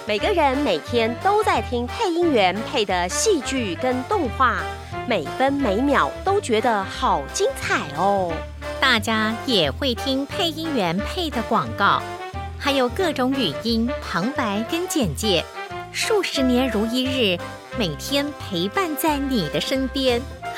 每个人每天都在听配音员配的戏剧跟动画，每分每秒都觉得好精彩哦。 大家也会听配音员配的广告，还有各种语音、旁白跟简介，数十年如一日，每天陪伴在你的身边。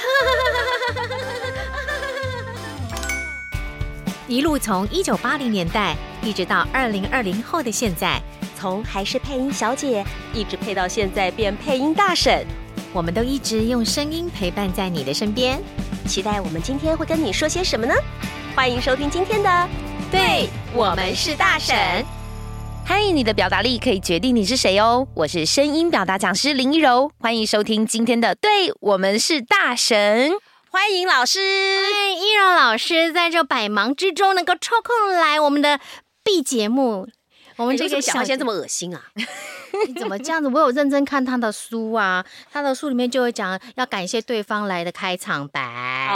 一路从1980年代一直到2020后的现在， 从还是配音小姐，一直配到现在变配音大婶， 我们都一直用声音陪伴在你的身边。 期待我们今天会跟你说些什么呢？欢迎收听今天的对，我们是大婶。 嗨，你的表达力可以决定你是谁哦。我是声音表达讲师林依柔，欢迎收听今天的对，我们是大婶。 欢迎老师。 依柔老师在这百忙之中能够抽空来我们的 B 节目，我们这个小现在这么恶心啊！ 你怎么这样子？我有认真看他的书啊，他的书里面就会讲要感谢对方来的开场白。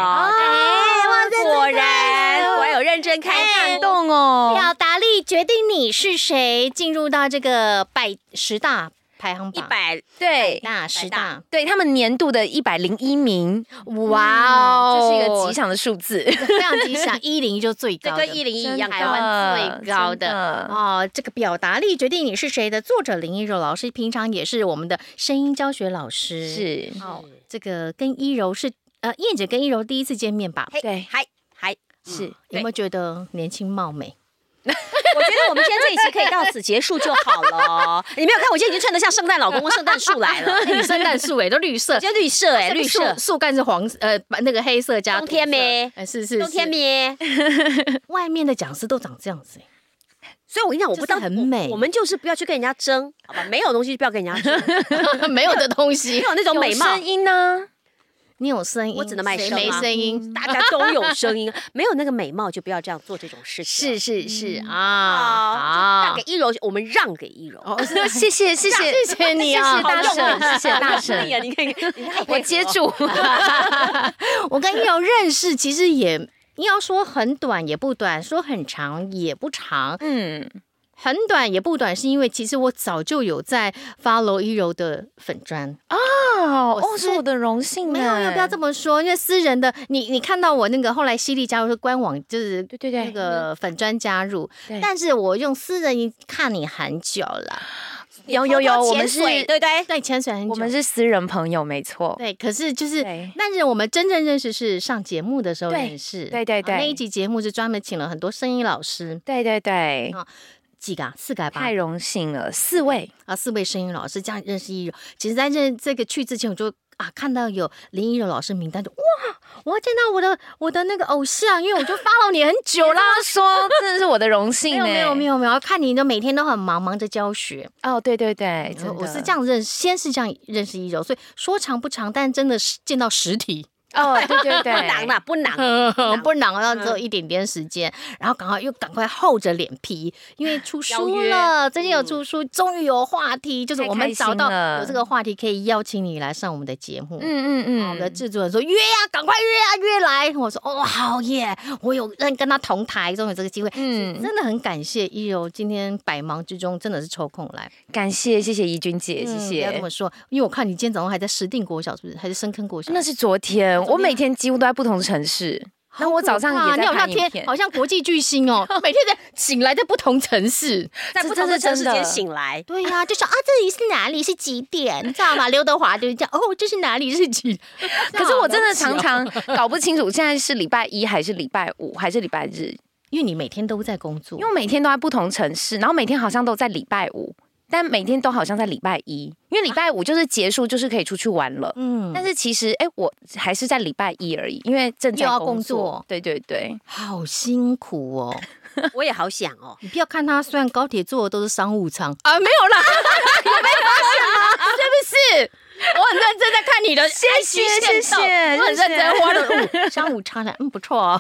果然有认真看， 感动哦！ 表达力决定你是谁，进入到这个10大排行榜 100 对 10大， 对他们年度的101名， 哇哦， 这是一个吉祥的数字， 非常吉祥。101就最高的， 跟101一样， 台湾最高的哦。这个表达力决定你是谁的作者林依柔老师，平常也是我们的声音教学老师， 是哦。这个跟依柔是燕姐跟依柔第一次见面吧？ 对， 嗨， 是有没有觉得年轻貌美？ 我觉得我们今天这一期可以到此结束就好了。你没有看，我今天已经穿得像圣诞老公公、圣诞树来了。 圣诞树都绿色， 今天绿色绿色， 树干是那个黑色加冬天咩？ 是冬天咩？ 外面的讲师都长这样子。 所以我跟你讲，我不当很美， 我们就是不要去跟人家争，好吧？没有东西就不要跟人家争， 没有的东西， 没有那种美貌。 声音呢？ 你有声音， 我只能卖声， 没声音， 大家都有声音，没有那个美貌就不要这样做这种事情。 是啊， 让给依柔，我们让给依柔。 谢谢你啊，大婶，谢谢大婶。 你看， 我接住。 我跟依柔认识，其实也要说很短也不短，说很长也不长。很短也不短，是因为其实我早就有在 follow 依柔的粉专是我的荣幸。 没有，不要这么说，因为私人的，你看到我那个后来犀利加入是官网，就是对那个粉专加入，但是我用私人看你很久了。 有，我们是对潜水很久， 我们是私人朋友，没错。 对，可是就是，但是我们真正认识是上节目的时候认识。 对， 那一集节目是专门请了很多声音老师。 对。 几个？4个吧？ 太荣幸了，4位 ，4位声音老师这样认识依柔。其实在这个去之前，我就看到有林依柔老师名单，就哇，我要见到我的那个偶像，因为我就 follow 你很久啦。 说真的是我的荣幸。 没有，看你每天都很忙着教学。 对， 我是这样认识，先是这样认识依柔，所以说长不长，但真的是见到实体。 对， 不囊， 然后只有一点点时间，然后赶快厚着脸皮，因为出书了，最近有出书，终于有话题，就是我们找到有这个话题可以邀请你来上我们的节目。我们的制作人说约呀，赶快约来。我说好耶，我有人跟他同台，终于有这个机会。真的很感谢依柔今天百忙之中真的是抽空来， 谢谢怡君姐，谢谢。 不要这么说，因为我看你今天早上还在石碇国小，是不是？还是深坑国小？ 那是昨天。我每天几乎都在不同城市，那我早上也在拍影片， 好像国际巨星哦，每天醒来在不同城市， 在不同的城市间醒来。 对呀，就说这里是哪里，是几点，你知道吗？刘德华就这样这是哪里，是几？ 可是我真的常常搞不清楚，现在是礼拜1还是礼拜5还是礼拜日？ 因为你每天都在工作， 因为我每天都在不同城市，然后每天好像都在礼拜5。但每天都好像在礼拜1，因为礼拜5就是结束，就是可以出去玩了。但是其实我还是在礼拜1而已，因为正在工作。对， 好辛苦哦。 我也好想哦。 你不要看他，虽然高铁坐的都是商务舱没有啦，有没有发现吗？是不是？我很认真在看你的， 谢谢， 我很认真花了商务舱不错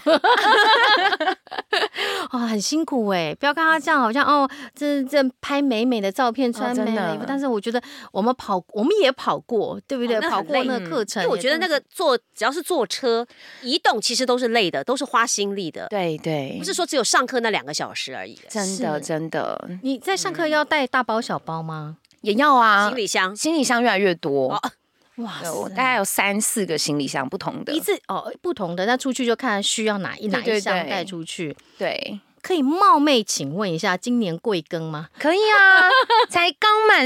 很辛苦不要看他这样，好像这拍美美的照片，穿美美的衣服，但是我觉得我们也跑过，对不对？跑过那个课程， 因为我觉得那个只要是坐车移动，其实都是累的，都是花心力的。 对， 不是说只有上课那2个小时而已。 真的。 你在上课要带大包小包吗？ 也要啊， 行李箱越来越多。 哇， 我大概有3、4个行李箱不同的， 不同的，那出去就看需要哪一箱带出去。 对， 可以冒昧请问一下，今年贵庚吗？ 可以啊，才刚满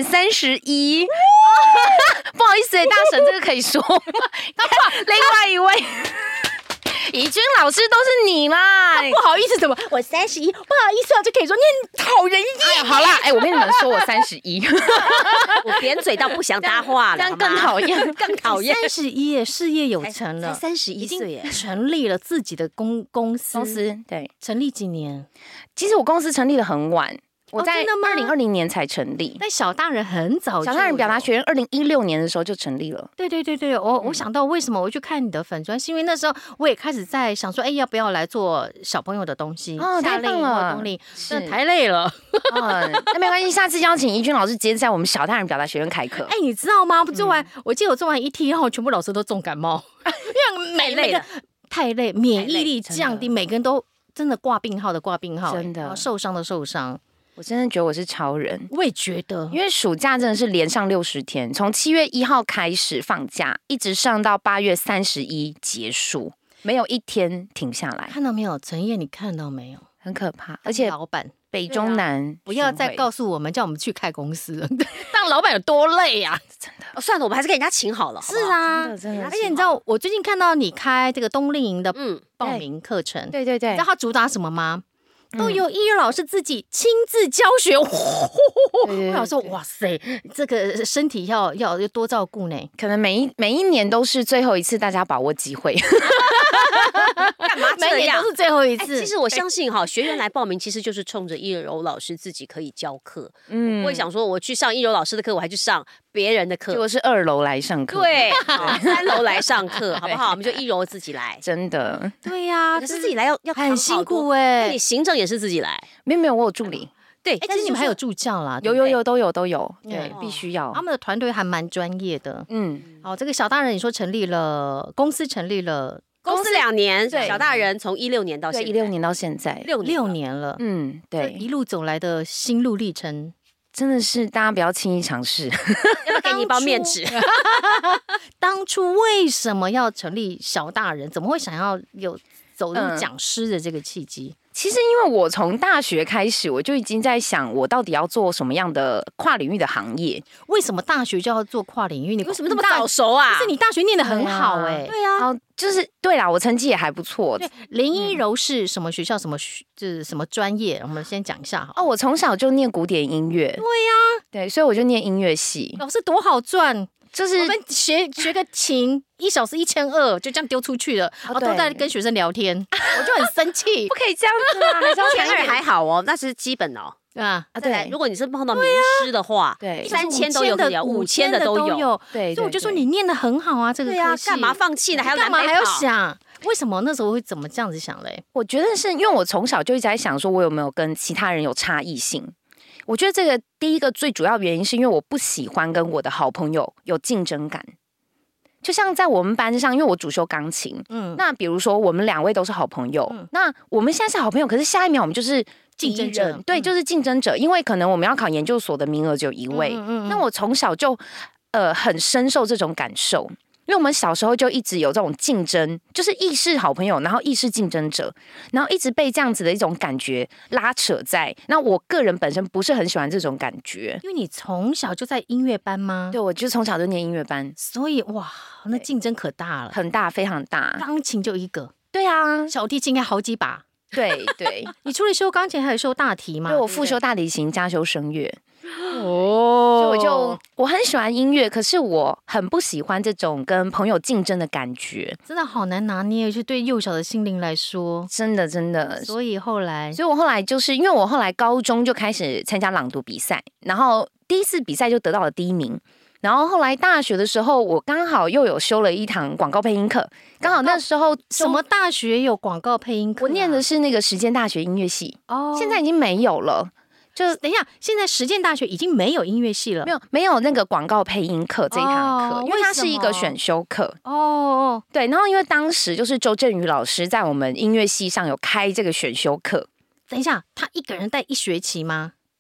31。不好意思，大婶，这个可以说。另外一位。怡君老师都是你啦， 不好意思，怎么我31？不好意思啊，就可以说你讨人厌。 好啦，我跟你们说，我31， 我扁嘴到不想搭话了， 这样更讨厌， 更讨厌。 31，事业有成了， 才31岁耶， 成立了自己的公司， 对， 成立几年？ 其实我公司成立的很晚。我在2020年才成立， 但小大人很早， 小大人表达学院2016年的时候就成立了。 对，我想到为什么我去看你的粉专，是因为那时候我也开始在想说，要不要来做小朋友的东西？ 太棒了， 但太累了。 那没关系，下次邀请怡君老师直接在我们小大人表达学院开课。 你知道吗？我记得我做完1T，然后全部老师都重感冒，因为每个太累，免疫力降低，每个人都真的挂病号，真的，然后受伤的受伤。 我真的觉得我是超人， 我也觉得， 因为暑假真的是连上60天，从7月1号开始放假，一直上到8月31结束，没有一天停下来。 看到没有，陈燕，你看到没有？ 很可怕，而且老板北中南不要再告诉我们，叫我们去开公司了。当老板有多累啊！ 真的，算了，我们还是给人家请好了。 是啊， 真的。 而且你知道，我最近看到你开这个冬令营的报名课程， 对， 你知道它主打什么吗？都由依柔老师自己亲自教学。我想说，哇塞，这个身体要多照顾呢。 可能每一年都是最后一次，大家把握机会。 干嘛这样？ 每年都是最后一次。 其实我相信学员来报名，其实就是冲着依柔老师自己可以教课。我会想说，我去上依柔老师的课，我还去上别人的课。 结果是2楼来上课， 对，3楼来上课，好不好？我们就依柔自己来。 真的， 对呀， 可是自己来要很辛苦你行政也是自己来， 没有，我有助理。 对， 但是你们还有助教啦， 有都有，对，必须要。 他们的团队还蛮专业的。这个小大人，你说公司成立了。 公司2年，小大人从16年到现在 ，16年到现在 6年了。 对， 一路走来的心路历程， 真的是大家不要轻易尝试。 要不要给你一包面纸？ 当初为什么要成立小大人？怎么会想要走入讲师的这个契机？ 其实因为我从大学开始，我就已经在想，我到底要做什么样的跨领域的行业？ 为什么大学就要做跨领域？你为什么那么早熟啊？ 可是你大学念得很好对啊， 就是对啦，我成绩也还不错。 对，林依柔是什么学校？就是什么专业？我们先讲一下。 我从小就念古典音乐。对呀， 对，所以我就念音乐系。 老师多好赚。 就是我们学个琴，1小时1200，就这样丢出去了，然后都在跟学生聊天，我就很生气， 不可以这样子啊！还是 1200还好哦，那是基本哦。 对， 如果你是碰到名师的话， 对 ，3000都有，5000的都有。 对，所以我就说你念得很好啊，这个科系干嘛放弃呢？ 干嘛还要想？为什么那时候会怎么这样子想嘞？ 我觉得是因为我从小就一直在想，说我有没有跟其他人有差异性。我觉得这个第一个最主要原因是因为我不喜欢跟我的好朋友有竞争感。就像在我们班上，因为我主修钢琴，那比如说我们2位都是好朋友，那我们现在是好朋友，可是下一秒我们就是竞争者， 对，就是竞争者，因为可能我们要考研究所的名额只有1位，那我从小就很深受这种感受。因为我们小时候就一直有这种竞争，就是意识好朋友，然后意识竞争者，然后一直被这样子的一种感觉拉扯在。那我个人本身不是很喜欢这种感觉， 因为你从小就在音乐班吗？ 对，我就从小就念音乐班， 所以哇，那竞争可大了， 很大，非常大。 钢琴就1个， 对啊， 小提琴应该好几把。 对，你除了修钢琴，还有修大提吗？ 对，我副修大提琴加修声乐。所以我很喜欢音乐，可是我很不喜欢这种跟朋友竞争的感觉， 真的好难拿捏，就对幼小的心灵来说， 真的。 所以我后来就是因为我后来高中就开始参加朗读比赛，然后第一次比赛就得到了第1名。然后后来大学的时候，我刚好又有修了一堂广告配音课，刚好那时候什么大学有广告配音课？ 我念的是那个实践大学音乐系，现在已经没有了。 就等一下，现在实践大学已经没有音乐系了， 没有那个广告配音课这一堂课，因为它是一个选修课。对，然后因为当时就是周振宇老师在我们音乐系上有开这个选修课。 等一下，他一个人带1学期吗？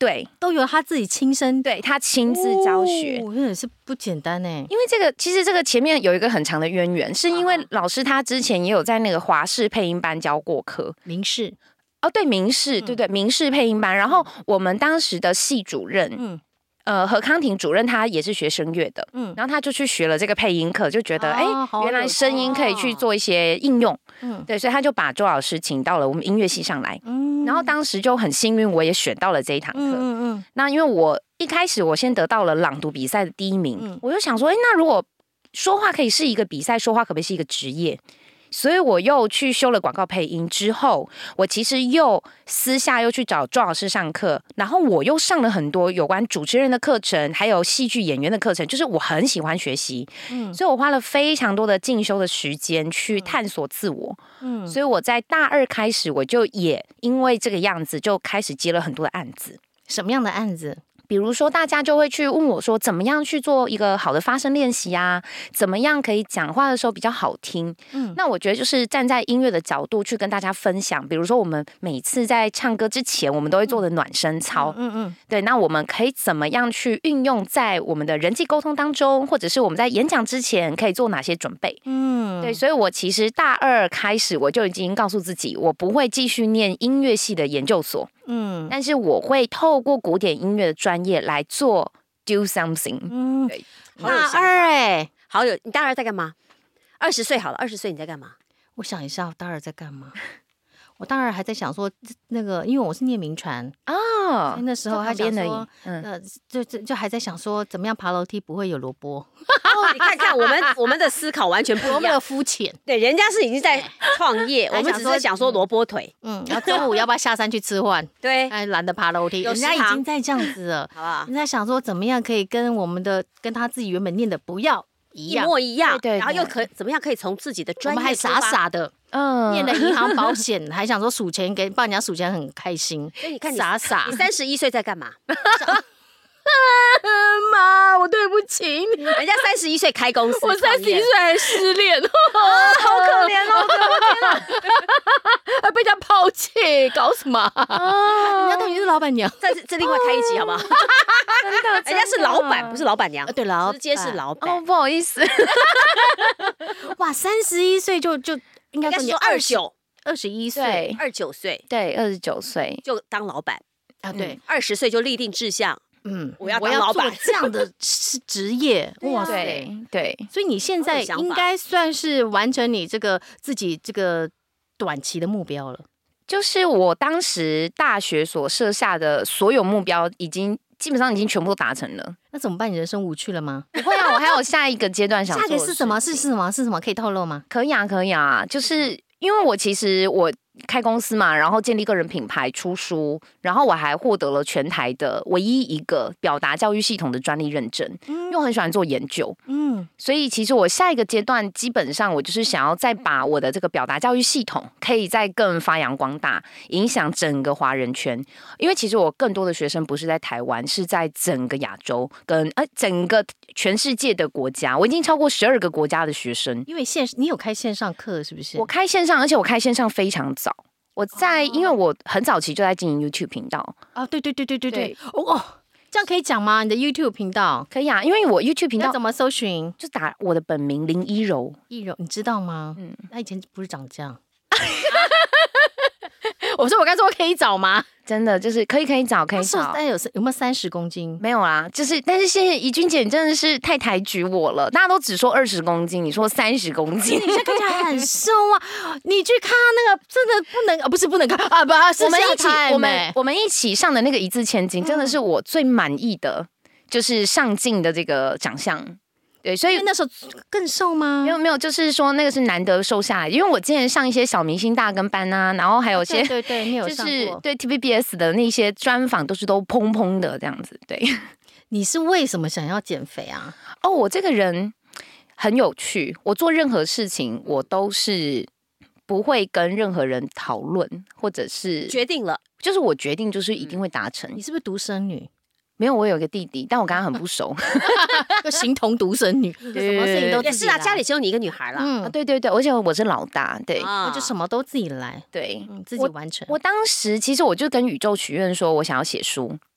对， 都由他自己亲身， 对他亲自教学， 真的是不简单呢。 因为其实这个前面有一个很长的渊源，是因为老师他之前也有在那个华视配音班教过课， 明视对，明视，对，明视配音班。然后我们当时的系主任，何康婷主任，他也是学声乐的，然后他就去学了这个配音课，就觉得原来声音可以去做一些应用，对，所以他就把周老师请到了我们音乐系上来，然后当时就很幸运，我也选到了这一堂课，那因为我一开始我先得到了朗读比赛的第1名，我就想说，那如果说话可以是一个比赛，说话可不可以是一个职业？所以我又去修了广告配音之后，我其实又私下又去找周老师上课，然后我又上了很多有关主持人的课程，还有戏剧演员的课程，就是我很喜欢学习，所以我花了非常多的进修的时间去探索自我，所以我在大2开始，我就也因为这个样子就开始接了很多的案子。 什么样的案子？ 比如说，大家就会去问我说，怎么样去做一个好的发声练习啊？怎么样可以讲话的时候比较好听？那我觉得就是站在音乐的角度去跟大家分享。比如说，我们每次在唱歌之前，我们都会做的暖身操。对，那我们可以怎么样去运用在我们的人际沟通当中，或者是我们在演讲之前可以做哪些准备？对，所以我其实大2开始我就已经告诉自己，我不会继续念音乐系的研究所。但是我会透过古典音乐的专业来做 do something。对， 大2 好有，你大2在干嘛？20岁好了，20岁你在干嘛？ 我想一下，大2在干嘛？我大2还在想说，那个，因为我是念名传那时候还想说，就还在想说，怎么样爬楼梯不会有萝卜。 你看我们的思考完全不一样， 我们的肤浅。 对，人家是已经在创业，我们只是想说萝卜腿。 然后中午要不要下山去吃饭？ 对， 懒得爬楼梯，人家已经在这样子了，好不好？人家想说怎么样可以跟他自己原本念的不要一模一样，对，然后又怎么样可以从自己的专业， 我们还傻傻的，念了银行保险，还想说数钱帮人家数钱很开心。 所以你看， 傻傻， 你31岁在干嘛？ 妈，我对不起你。 人家31岁开公司， 我31岁还失恋， 好可怜哦！ 还被人家抛弃，搞什么？人家等于是老板娘， 这另外开一集好不好？人家是老板，不是老板娘。 对， 直接是老板。 不好意思。 哇，31岁就应该说21岁 ，29岁， 对，29岁就当老板啊，对 ，20岁就立定志向。我要当老板， 这样的职业，哇塞， 对， 所以你现在应该算是完成你自己这个短期的目标了。 就是我当时大学所设下的所有目标，基本上已经全部都达成了。 那怎么办？你人生无趣了吗？ 不会啊，我还有下一个阶段想做的。 下一个是什么？是什么？可以透露吗？ 可以啊，就是因为我其实开公司嘛，然后建立个人品牌，出书，然后我还获得了全台的唯一一个表达教育系统的专利认证，因为我很喜欢做研究，所以其实我下一个阶段基本上我就是想要再把我的这个表达教育系统可以再更发扬光大，影响整个华人圈，因为其实我更多的学生不是在台湾，是在整个亚洲跟整个全世界的国家，我已经超过12个国家的学生。 因为你有开线上课是不是？ 我开线上，而且我开线上非常早。因为我很早期就在经营 YouTube 频道啊，对，这样可以讲吗？你的 YouTube 频道可以啊，因为我 YouTube 频道怎么搜寻？ 就打我的本名林依柔， 你知道吗？他以前不是长这样。我说我刚说可以找吗？ 真的就是可以找，可以找。 但有没有30公斤？ 没有啦，但是现在怡君姐你真的是太抬举我了，大家都只说20公斤，你说30公斤， 你现在看起来很瘦啊！你去看那个真的不能，不是不能看啊，不是我们一起上的那个一字千金，真的是我最满意的，就是上镜的这个长相。对，所以那时候更瘦吗？ 没有，就是说那个是难得瘦下来，因为我之前上一些小明星大跟班啊，然后还有些对，你有上过， 就是对 TVBS 的那些专访都蓬蓬的这样子。对， 你是为什么想要减肥啊？ 我这个人很有趣，我做任何事情我都是不会跟任何人讨论，或者是决定了， 就是我决定就是一定会达成。 你是不是独生女？ 没有，我有一个弟弟，但我跟他很不熟， 就形同独生女，什么事情都自己来。 也是啊，家里只有你一个女孩啦。 对，而且我是老大，对， 就什么都自己来， 对， 自己完成。 我当时其实我就跟宇宙许愿说，我想要写书。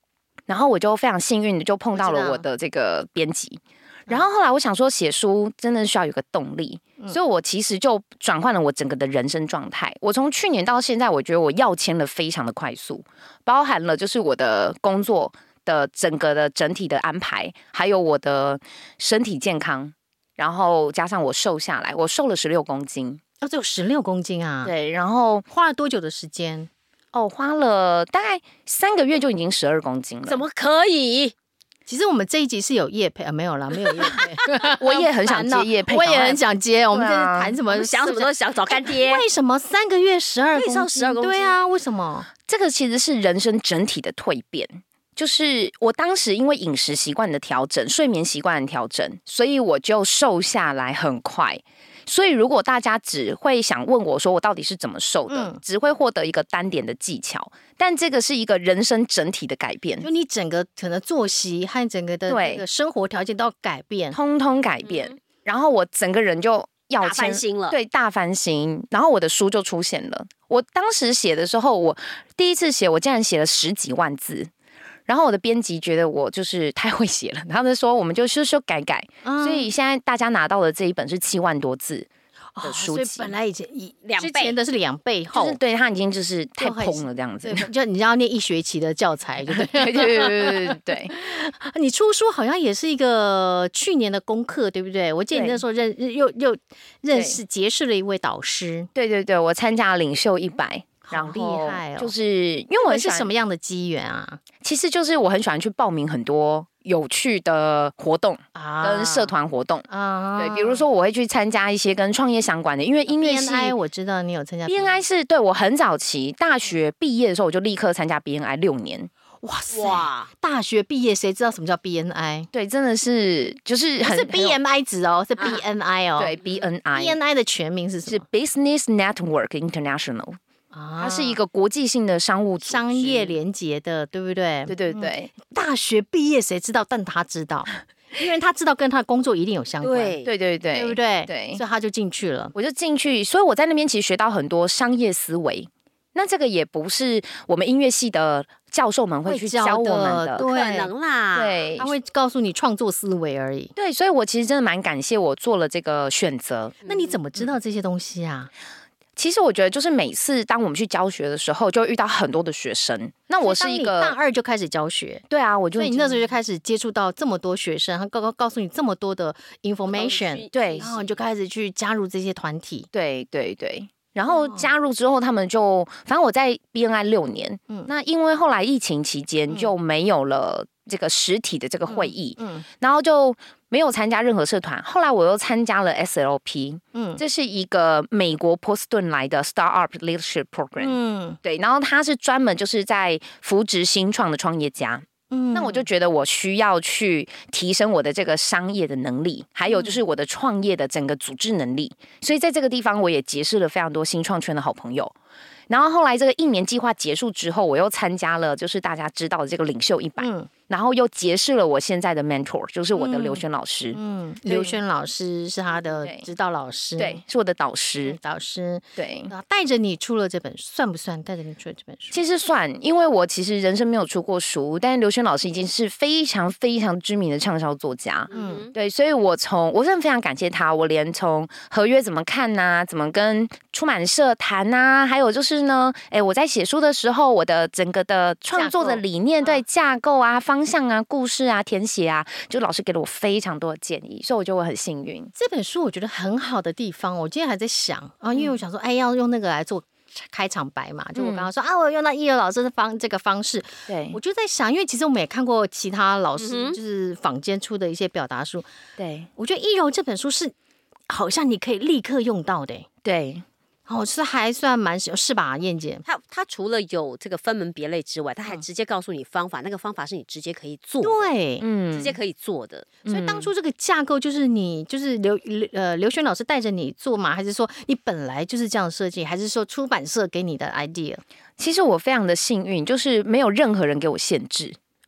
然后我就非常幸运的就碰到了我的这个编辑。然后后来我想说，写书真的需要有个动力，所以我其实就转换了我整个的人生状态。我从去年到现在，我觉得我要签了非常的快速，包含了就是我的工作的整个的整体的安排，还有我的身体健康，然后加上我瘦下来，我瘦了16公斤。 哦，只有16公斤啊？ 对，然后花了多久的时间？ 哦，花了大概3个月就已经12公斤了。 怎么可以？ 其实我们这一集是有业配啊，没有啦，没有业配。 我也很想接业配， 我也很想接。我们这是谈什么？ 想什么都想找干爹。 为什么3个月12公斤 ？12公斤？ 对啊，为什么？ 这个其实是人生整体的蜕变。就是我当时因为饮食习惯的调整、睡眠习惯的调整，所以我就瘦下来很快。所以如果大家只会想问我说我到底是怎么瘦的，只会获得一个单点的技巧，但这个是一个人生整体的改变， 就你整个可能作息和整个的那个生活条件都要改变， 通通改变。然后我整个人就大翻新了， 对，大翻新。然后我的书就出现了。我当时写的时候，我第一次写，我竟然写了10几万字。然后我的编辑觉得我就是太会写了，他们说我们就修修改改，所以现在大家拿到的这一本是7万多字的书籍， 所以本来以前之前的是2倍厚， 就是对它已经就是太蓬了这样子， 就你要念1学期的教材，对不对？ 对。 你出书好像也是一个去年的功课，对不对？我记得你那时候又结识了一位导师， 对，我参加领袖100。 好厉害哦！ 就是因为我是什么样的机缘啊？ 其实就是我很喜欢去报名很多有趣的活动跟社团活动啊。对，比如说我会去参加一些跟创业相关的，因为音乐系 BNI 我知道你有参加 BNI 是对我很早期大学毕业的时候我就立刻参加 BNI 6年。 哇塞！大学毕业谁知道什么叫 BNI？ 对，真的是就是不是 BMI 值哦，是 BNI 哦。 对 BNI 的全名是什么？ 是 Business Network International。它是一个国际性的商务商业连结的，对不对？ 对。 大学毕业谁知道？但他知道，因为他知道跟他的工作一定有相关。 对，对不对？ 对， 所以他就进去了。 我就进去，所以我在那边其实学到很多商业思维。那这个也不是我们音乐系的教授们会去教我们的， 可能啦。 对， 他会告诉你创作思维而已。 对，所以我其实真的蛮感谢我做了这个选择。 那你怎么知道这些东西啊？ 其实我觉得，就是每次当我们去教学的时候，就会遇到很多的学生。那我是一个大2就开始教学， 对啊， 所以你那时候就开始接触到这么多学生，他告诉你这么多的 information， 对， 然后你就开始去加入这些团体， 对。然后加入之后，他们就反正我在 BNI 6年，那因为后来疫情期间就没有了这个实体的这个会议，然后就没有参加任何社团。后来我又参加了 SLP，这是一个美国波士顿来的 Startup Leadership Program，对，然后它是专门就是在扶植新创的创业家。那我就觉得我需要去提升我的这个商业的能力，还有就是我的创业的整个组织能力，所以在这个地方我也结识了非常多新创圈的好朋友。然后后来这个1年计划结束之后，我又参加了就是大家知道的这个领袖100，然后又结识了我现在的 mentor， 就是我的刘轩老师。 刘轩老师是他的指导老师， 对，是我的导师。 对，带着你出了这本书，算不算带着你出了这本书？ 其实算，因为我其实人生没有出过书，但是刘轩老师已经是非常非常知名的畅销作家。对，所以我真的非常感谢他。我连从合约怎么看啊，怎么跟出版社谈啊，还有就是呢，我在写书的时候，我的整个的创作的理念、对架构啊、方向啊、故事啊、填写啊，就老师给了我非常多的建议，所以我觉得我很幸运。 这本书我觉得很好的地方，我今天还在想啊，因为我想说，要用那个来做开场白嘛，就我刚刚说我用到奕柔老师的这个方式， 对， 我就在想，因为其实我们也看过其他老师就是坊间出的一些表达书， 对， 我觉得奕柔这本书是好像你可以立刻用到的， 对。 是还算蛮是吧，燕姐？ 他除了有这个分门别类之外，他还直接告诉你方法，那个方法是你直接可以做的， 对， 直接可以做的。 所以当初这个架构就是你就是刘轩老师带着你做吗？还是说你本来就是这样设计？还是说出版社给你的 idea？ 其实我非常的幸运，就是没有任何人给我限制。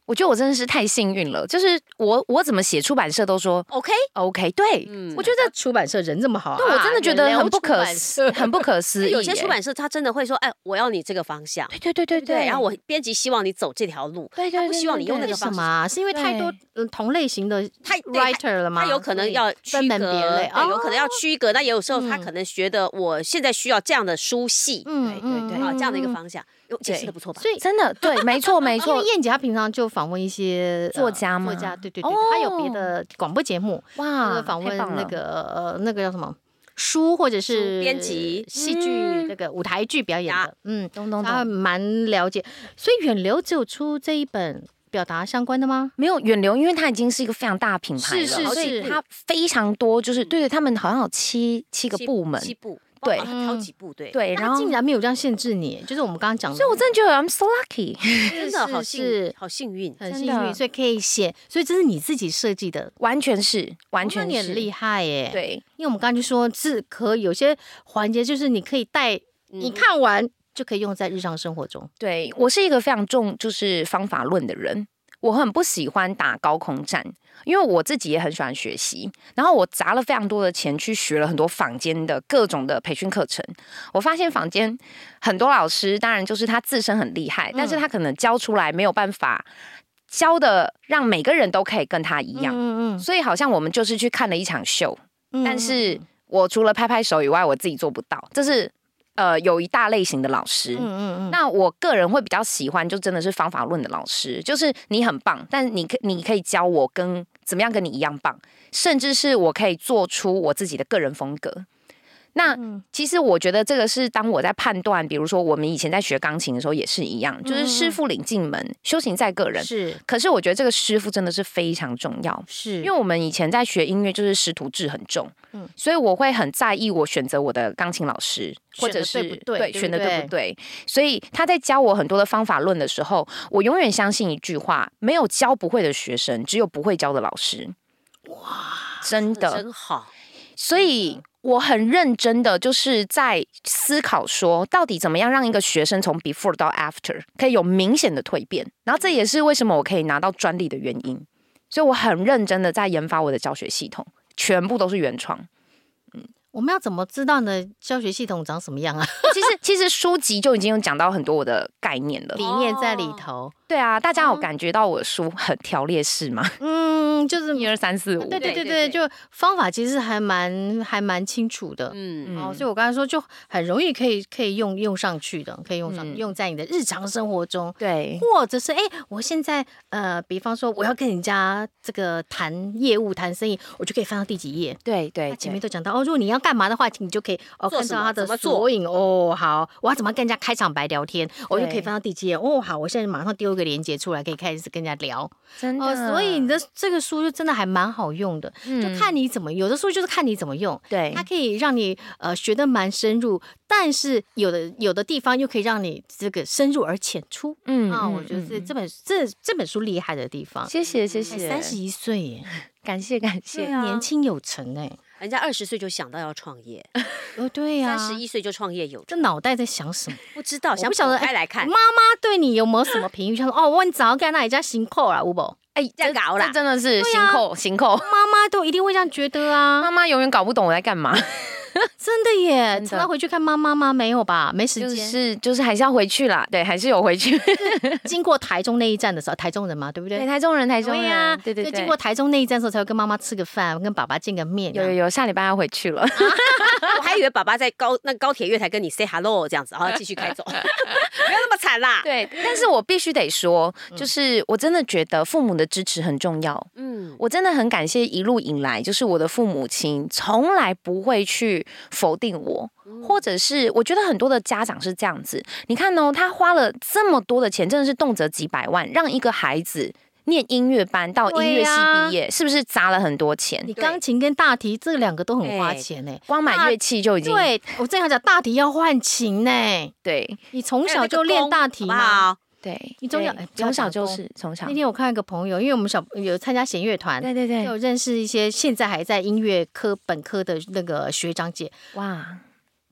我觉得我真的是太幸运了，就是我怎么写出版社都说 OK， 对，我觉得出版社人这么好， 对我真的觉得很不可思议。 有些出版社他真的会说，哎，我要你这个方向， 对， 然后我编辑希望你走这条路， 对， 不希望你用那个方向，是因为太多同类型的writer 了吗？ 他有可能要分门别类， 有可能要区隔，那也有时候他可能觉得我现在需要这样的书系，对，这样的一个方向。解释的不错吧？ 所以真的对，没错。 因为燕姐她平常就访问一些作家嘛， 对，她有别的广播节目，哇，访问那个叫什么书或者是编辑、 戏剧那个舞台剧表演的， 懂， 她蛮了解。所以远流只有出这一本表达相关的吗？ 没有，远流因为它已经是一个非常大的品牌了，所以它非常多，就是对他们好像有七个部门 ，7部。 对， 挑几部对， 然后竟然没有这样限制你，就是我们刚刚讲的， 所以我真的觉得 I'm so lucky， 真的好幸运， 很幸运，所以可以写，所以这是你自己设计的， 完全是， 你很厉害耶， 对， 因为我们刚刚就说是可以有些环节，就是你可以带，你看完就可以用在日常生活中。 对，我是一个非常重就是方法论的人。我很不喜欢打高空战，因为我自己也很喜欢学习，然后我砸了非常多的钱去学了很多坊间的各种的培训课程。我发现坊间很多老师，当然就是他自身很厉害，但是他可能教出来没有办法教的让每个人都可以跟他一样。所以好像我们就是去看了一场秀，但是我除了拍拍手以外，我自己做不到。这是有一大类型的老师，那我个人会比较喜欢，就真的是方法论的老师，就是你很棒，但是你可以教我跟怎么样跟你一样棒，甚至是我可以做出我自己的个人风格。那其实我觉得这个是当我在判断，比如说我们以前在学钢琴的时候也是一样，就是师傅领进门，修行在个人。 是， 可是我觉得这个师傅真的是非常重要，是因为我们以前在学音乐就是师徒制很重，所以我会很在意我选择我的钢琴老师，或者是选的对不对。所以他在教我很多的方法论的时候，我永远相信一句话：没有教不会的学生，只有不会教的老师。 哇， 真的真好。 所以我很认真的就是在思考说，到底怎么样让一个学生从 before 到 after 可以有明显的蜕变，然后这也是为什么我可以拿到专利的原因。所以我很认真的在研发我的教学系统，全部都是原创。 我们要怎么知道你的教学系统长什么样啊？ 其实书籍就已经有讲到很多我的概念了， 理念在里头。 对啊，大家有感觉到我的书很条列式吗？ 就是 1、2、3、4、5。 对，就方法其实还蛮清楚的。所以我刚才说就很容易可以用上去的，可以用在你的日常生活中。 对， 或者是我现在比方说我要跟人家这个谈业务、谈生意，我就可以翻到第几页。 对， 前面都讲到如果你要干嘛的话，你就可以看到他的索引。好，我要怎么跟人家开场白聊天，我就可以翻到第几页。好，我现在马上丢一个连结出来，可以开始跟人家聊。 真的， 所以你的这个书就真的还蛮好用的，就看你怎么，有的书就是看你怎么用。对，它可以让你学得蛮深入，但是有的地方又可以让你这个深入而浅出。我觉得这本书厉害的地方。 谢谢 ，31岁耶， 感谢， 年轻有成哎。 人家20岁就想到要创业， 对呀 ，31岁就创业有成， 这脑袋在想什么？ 不知道，不晓得开来看。 妈妈对你有没有什么评语？她说我早干那一家辛苦啦，有无？ 这样搞啦， 这真的是辛苦。 妈妈都一定会这样觉得啊， 妈妈永远搞不懂我在干嘛。 真的耶，常常回去看妈妈吗？没有吧，没时间，就是还是要回去啦。对，还是有回去。 经过台中那一站的时候，台中人嘛，对不对？ 对，台中人。 对呀，对。所以经过台中那一站的时候，才会跟妈妈吃个饭，跟爸爸见个面。 有，下礼拜要回去了。 我还以为爸爸在高铁月台跟你 say hello 这样子，然后继续开走，不要那么惨啦。 对，但是我必须得说，就是我真的觉得父母的支持很重要。我真的很感谢一路以来，就是我的父母亲从来不会去否定我，或者是我觉得很多的家长是这样子。你看哦，他花了这么多的钱，真的是动辄几百万，让一个孩子念音乐班到音乐系毕业，是不是砸了很多钱？ 你钢琴跟大提这两个都很花钱呢， 光买乐器就已经。 对，我正想讲大提要换琴呢。 对， 你从小就练大提吗？ 对， 你从小就是从小。 那天我看一个朋友，因为我们有参加弦乐团， 对， 有认识一些现在还在音乐科本科的那个学长姐。哇，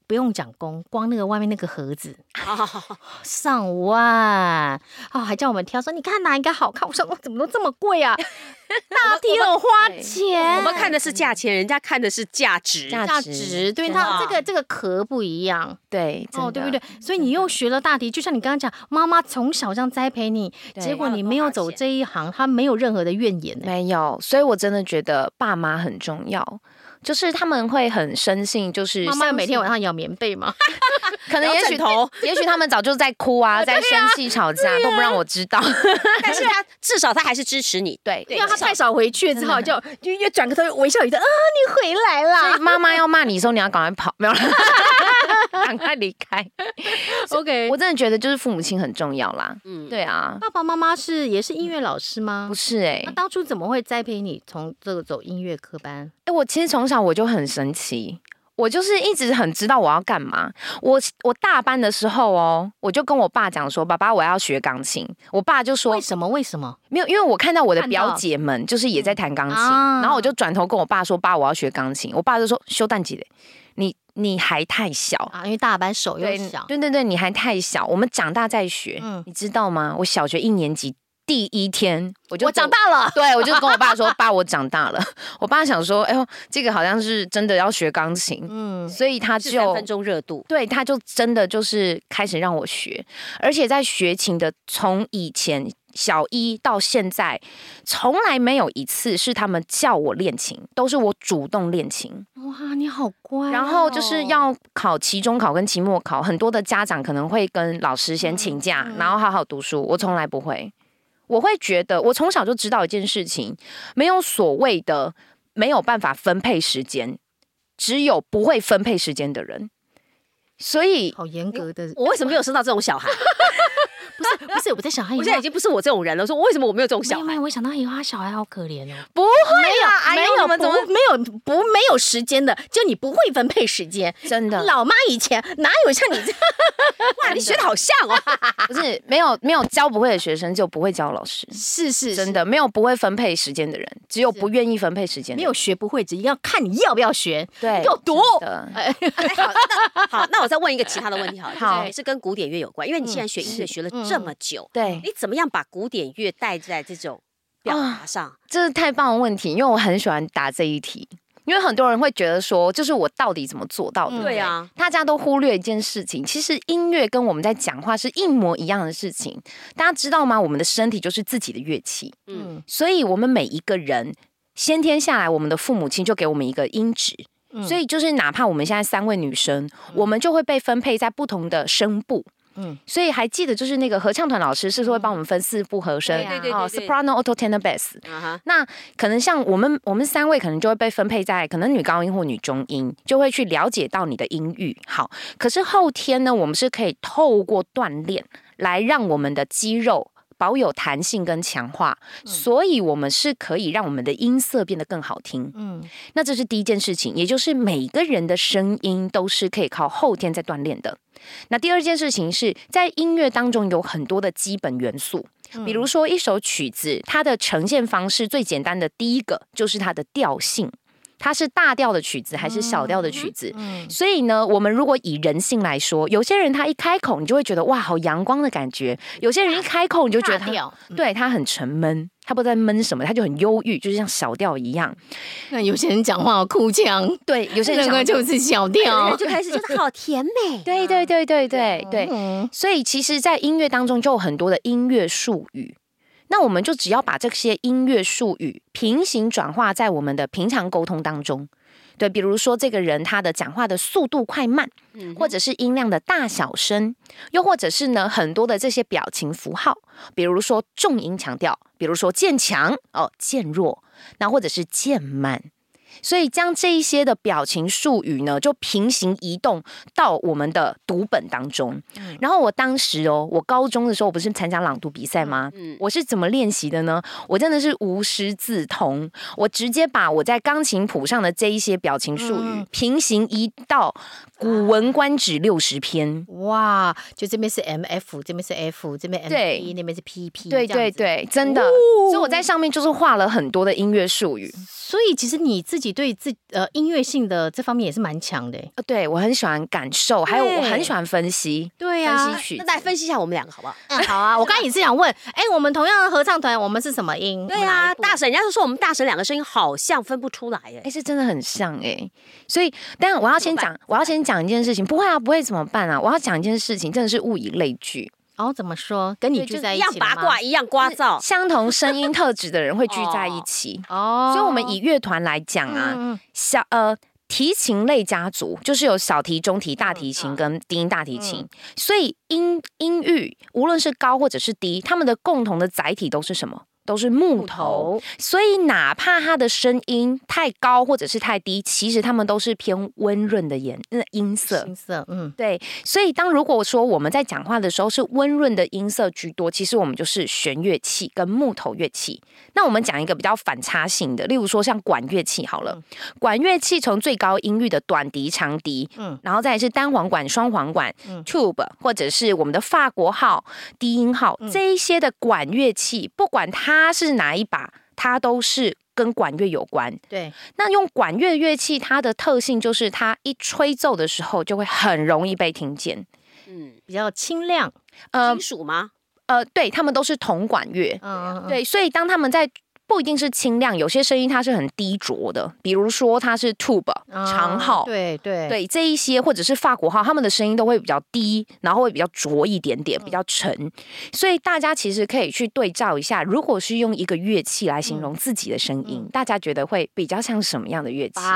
不用讲工，光那个外面那个盒子上万啊，还叫我们挑说你看哪一个好看。我说怎么都这么贵啊？大题很花钱， 我们看的是价钱，人家看的是价值。 对，它这个壳不一样， 对， 对不对？所以你又学了大题，就像你刚刚讲，妈妈从小这样栽培你，结果你没有走这一行，她没有任何的怨言。 没有，所以我真的觉得爸妈很重要。就是他们会很深信，就是妈妈每天晚上咬棉被吗？ 可能也许他们早就在哭啊，在生气吵架，都不让我知道。 但是至少他还是支持你，对， 因为他太少回去之后，就越转个头微笑一个你回来了。 所以妈妈要骂你的时候，你要赶快跑，没有了，赶快离开。 OK， 我真的觉得就是父母亲很重要啦。对啊。 爸爸妈妈也是音乐老师吗？ 不是那当初怎么会栽培你从这个走音乐科班？ 我其实从小我就很神奇，我就是一直很知道我要干嘛。我大班的时候我就跟我爸讲说，爸爸我要学钢琴。我爸就说为什么？ 没有，因为我看到我的表姐们就是也在弹钢琴，然后我就转头跟我爸说，爸我要学钢琴。我爸就说修蛋姐你还太小啊，因为大班手又小。 对，你还太小，我们长大再学。你知道吗？我小学1年级第一天我长大了， 对，我就跟我爸说，爸我长大了。我爸想说，哎呦，这个好像是真的要学钢琴，所以他就 3分钟热度， 对，他就真的就是开始让我学，而且在学琴的从以前小1到现在，从来没有一次是他们叫我练琴，都是我主动练琴。 哇，你好乖然后就是要考期中考跟期末考，很多的家长可能会跟老师先请假，然后好好读书。我从来不会。我会觉得，我从小就知道一件事情，没有所谓的没有办法分配时间，只有不会分配时间的人。所以好严格的， 我为什么没有生到这种小孩？ 不是，我在想他， 我现在已经不是我这种人了。说为什么我没有这种小孩？ 没有，我想到以后他小孩好可怜哦。 不会啊， 没有时间的，就你不会分配时间， 真的。 老妈以前哪有像你这样？ 哇，你学的好像哦。 不是，没有教不会的学生就不会教老师， 是真的没有不会分配时间的人，只有不愿意分配时间的人。 没有学不会，只要看你要不要学， 对， 要读。 好，那我再问一个其他的问题好了，好，也是跟古典乐有关，因为你现在学音乐学了这么久， 对， 你怎么样把古典乐带在这种表达上？ 这是太棒的问题，因为我很喜欢答这一题。因为很多人会觉得说，就是我到底怎么做到的？ 对啊， 大家都忽略一件事情，其实音乐跟我们在讲话是一模一样的事情。大家知道吗？我们的身体就是自己的乐器，所以我们每一个人先天下来，我们的父母亲就给我们一个音质，所以就是哪怕我们现在3位女生，我们就会被分配在不同的声部。所以还记得就是那个合唱团老师是会帮我们分4部和声， 对 soprano, alto, tenor, bass。那可能像我们3位可能就会被分配在可能女高音或女中音，就会去了解到你的音域。好，可是后天呢，我们是可以透过锻炼来让我们的肌肉保有弹性跟强化，所以我们是可以让我们的音色变得更好听。那这是第一件事情，也就是每个人的声音都是可以靠后天在锻炼的。那第二件事情是在音乐当中有很多的基本元素，比如说一首曲子，它的呈现方式最简单的第一个就是它的调性。它是大调的曲子还是小调的曲子？所以呢，我们如果以人性来说，有些人他一开口，你就会觉得哇，好阳光的感觉；有些人一开口，你就觉得他很沉闷，他不知道在闷什么，他就很忧郁，就是像小调一样。 那有些人讲话哭腔， 对，有些人讲话就是小调， 就开始觉得好甜美。 对。所以其实，在音乐当中就有很多的音乐术语。那我们就只要把这些音乐术语平行转化在我们的平常沟通当中，对，比如说这个人他的讲话的速度快慢，或者是音量的大小声，又或者是呢很多的这些表情符号，比如说重音强调，比如说渐强渐弱，那或者是渐慢。所以将这一些的表情术语呢，就平行移动到我们的读本当中。然后我当时我高中的时候，我不是参加朗读比赛吗？我是怎么练习的呢？我真的是无师自通，我直接把我在钢琴谱上的这一些表情术语平行移到《古文观止》60篇。 哇，就这边是 MF， 这边是 F， 这边 MP， 那边是 PP。 对，真的。所以我在上面就是画了很多的音乐术语。 所以其实你自己对音乐性的这方面也是蛮强的。 对，我很喜欢感受，还有我很喜欢分析。 对啊， 分析曲。那来分析一下我们两个好不好？ 好啊，我刚才也是想问，我们同样的合唱团，我们是什么音？ 对啊，大神，人家就说我们大神两个声音好像分不出来是真的很像所以，但我要先讲一件事情，不会啊，不会怎么办啊？我要讲一件事情，真的是物以类聚。 怎么说？跟你聚在一起一样八卦，一样聒噪， 相同声音特质的人会聚在一起。所以我们以乐团来讲啊，提琴类家族就是有小提、中提、大提琴跟低音大提琴，所以音域无论是高或者是低，他们的共同的载体都是什么？都是木头，所以哪怕它的声音太高或者是太低，其实他们都是偏温润的音色。对。所以如果说我们在讲话的时候是温润的音色居多，其实我们就是弦乐器跟木头乐器。那我们讲一个比较反差性的，例如说像管乐器好了，管乐器从最高音域的短笛、长笛，然后再来是单簧管、双簧管、tube， 或者是我们的法国号、低音号，这一些的管乐器，不管它是哪一把，它都是跟管乐有关。 对， 那用管乐乐器，它的特性就是它一吹奏的时候就会很容易被听见， 比较清亮。 金属吗？ 对，他们都是铜管乐。对，所以当他们在不一定是清亮，有些声音它是很低浊的，比如说它是 tube 长号， 对这一些或者是法国号，他们的声音都会比较低，然后会比较浊一点点，比较沉。所以大家其实可以去对照一下，如果是用一个乐器来形容自己的声音，大家觉得会比较像什么样的乐器？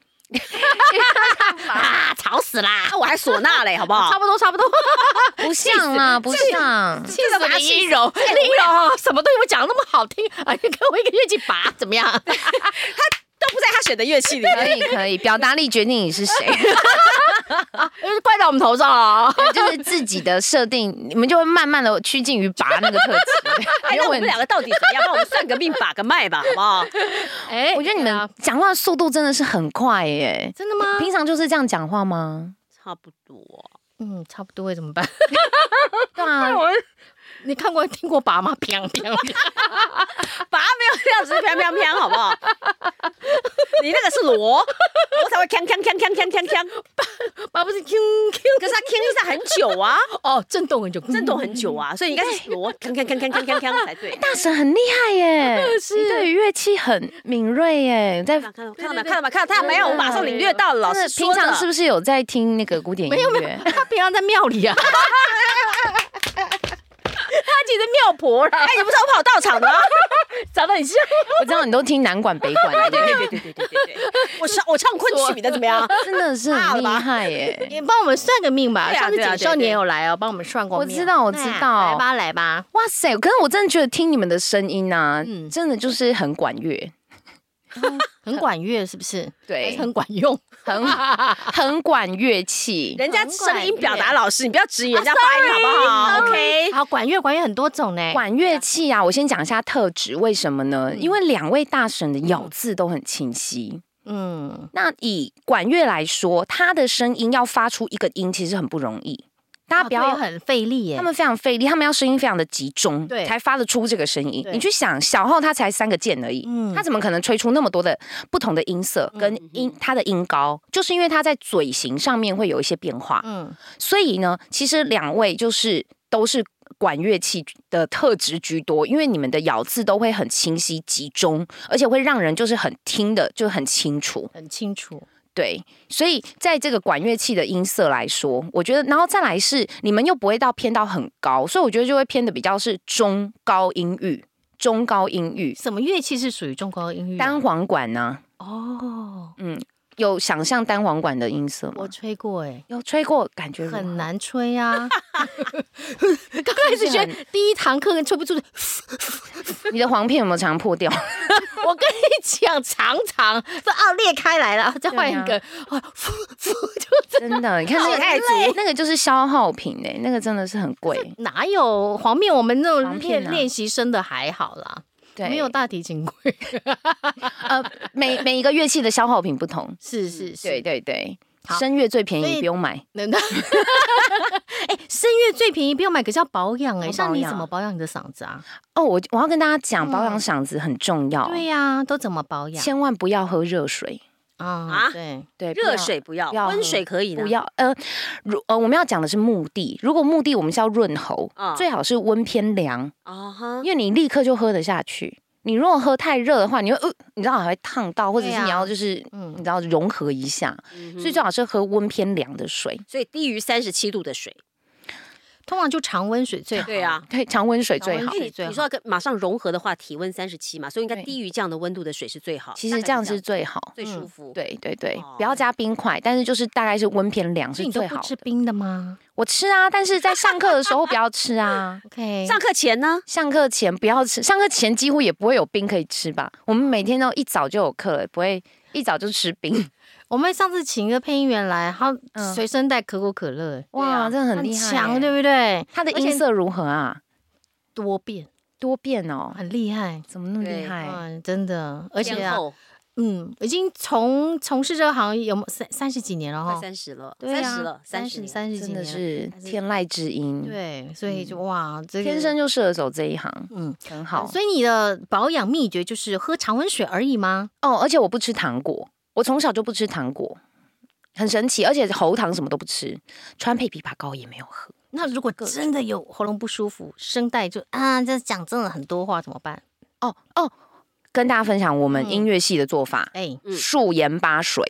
吵死啦！ 我还唢呐嘞，好不好？ 差不多， 不像啦，不像。 气死林依柔，什么东西会讲那么好听？哎，给我一个乐器拔，怎么样？ 他都不在他选的乐器里面。 可以，表达力决定你是谁。 怪到我们头上啊！ 就是自己的设定，你们就会慢慢的趋近于拔那个特质。 那我们两个到底怎么样？帮我们算个命，把个脉吧，好不好？ 我觉得你们讲话速度真的是很快耶。 真的吗？ 平常就是这样讲话吗？ 差不多。 差不多会怎么办？ 对啊。 你听过拔吗？啪啪拔没有这样子，啪啪啪，好不好？你那个是锣，我才会锵锵锵锵锵锵锵。 拔不是锵锵， 可是它锵一下很久啊。 震动很久啊，所以应该是锣锵锵锵锵锵锵锵才对。 大神很厉害耶，你对于乐器很敏锐耶。 看到没有？我马上领略到了。老师平常是不是有在听那个古典音乐？ 没有，他平常在庙里啊。他其实庙婆啦， 你不知道我跑道场的吗？ 长得很像。 我知道你都听南管北管的。 对，我唱昆曲的怎么样？ 真的是很厉害耶！ 你帮我们算个命吧。上次锦绣年有来帮我们算过命。 我知道。 来吧。 哇塞！可是我真的觉得听你们的声音啊，真的就是很管乐。 很管乐是不是？ 对， 很管用， 很管乐器。 人家声音表达老师，你不要质疑人家发音好不好 ？OK， 好，管乐很多种呢。 管乐器啊，我先讲一下特质，为什么呢？因为两位大神的咬字都很清晰。那以管乐来说，他的声音要发出一个音，其实很不容易。大家不要很费力耶， 他们非常费力，他们要声音非常的集中，才发得出这个声音。你去想，小号它才3个键而已，它怎么可能吹出那么多的不同的音色跟它的音高？就是因为它在嘴型上面会有一些变化。所以呢，其实两位都是管乐器的特质居多，因为你们的咬字都会很清晰集中，而且会让人就是很听的就很清楚。对，所以在这个管乐器的音色来说，我觉得，然后再来是你们又不会到偏到很高，所以我觉得就会偏的比较是中高音域。 什么乐器是属于中高音域？ 单簧管呢？有想象单簧管的音色吗？ 我吹过有吹过，感觉很难吹啊。刚开始学第一堂课吹不出。 你的簧片有没有常破掉？ 我跟你讲，常裂开来了，再换一个， 真的，你看那个就是消耗品那个真的是很贵。 哪有簧片？我们那种练习生的还好啦。没有大提琴贵。 每一个乐器的消耗品不同， 是， 对， 声乐最便宜，不用买。 声乐最便宜不用买，可是要保养像你怎么保养你的嗓子啊？ 我要跟大家讲，保养嗓子很重要。 对呀，都怎么保养？ 千万不要喝热水。 对， 热水不要，温水可以呢。 不要，我们要讲的是目的。如果目的我们是要润喉，最好是温偏凉因为你立刻就喝得下去。你如果喝太热的话，你会你知道还会烫到，或者是你要就是你知道融合一下，所以最好是喝温偏凉的水。 所以低于37度的水。 通常就常温水最好。 对啊， 对，常温水最好。 你说马上融合的话，体温37嘛，所以应该低于这样的温度的水是最好。 其实这样是最好， 最舒服。 对，不要加冰块，但是就是大概是温偏凉是最好的。 你都不吃冰的吗？ 我吃啊，但是在上课的时候不要吃啊。 OK， 上课前呢？ 上课前不要吃，上课前几乎也不会有冰可以吃吧？我们每天都一早就有课了，不会一早就吃冰。 我们上次请一个配音员来，他随身带可口可乐， 哇，真的很厉害， 很强，对不对？ 他的音色如何啊？ 多变哦， 很厉害， 怎么那么厉害？ 真的，而且已经从事这个行业有30几年了快30了， 对 30 几年， 真的是天籁之音。 对，所以就哇，这个天生就适合走这一行，很好。 所以你的保养秘诀就是喝常温水而已吗？ 而且我不吃糖果。我从小就不吃糖果，很神奇，而且喉糖什么都不吃，川配枇杷膏也没有喝。 那如果真的有喉咙不舒服，声带就这讲真的很多话怎么办？ 跟大家分享我们音乐系的做法，漱盐巴水。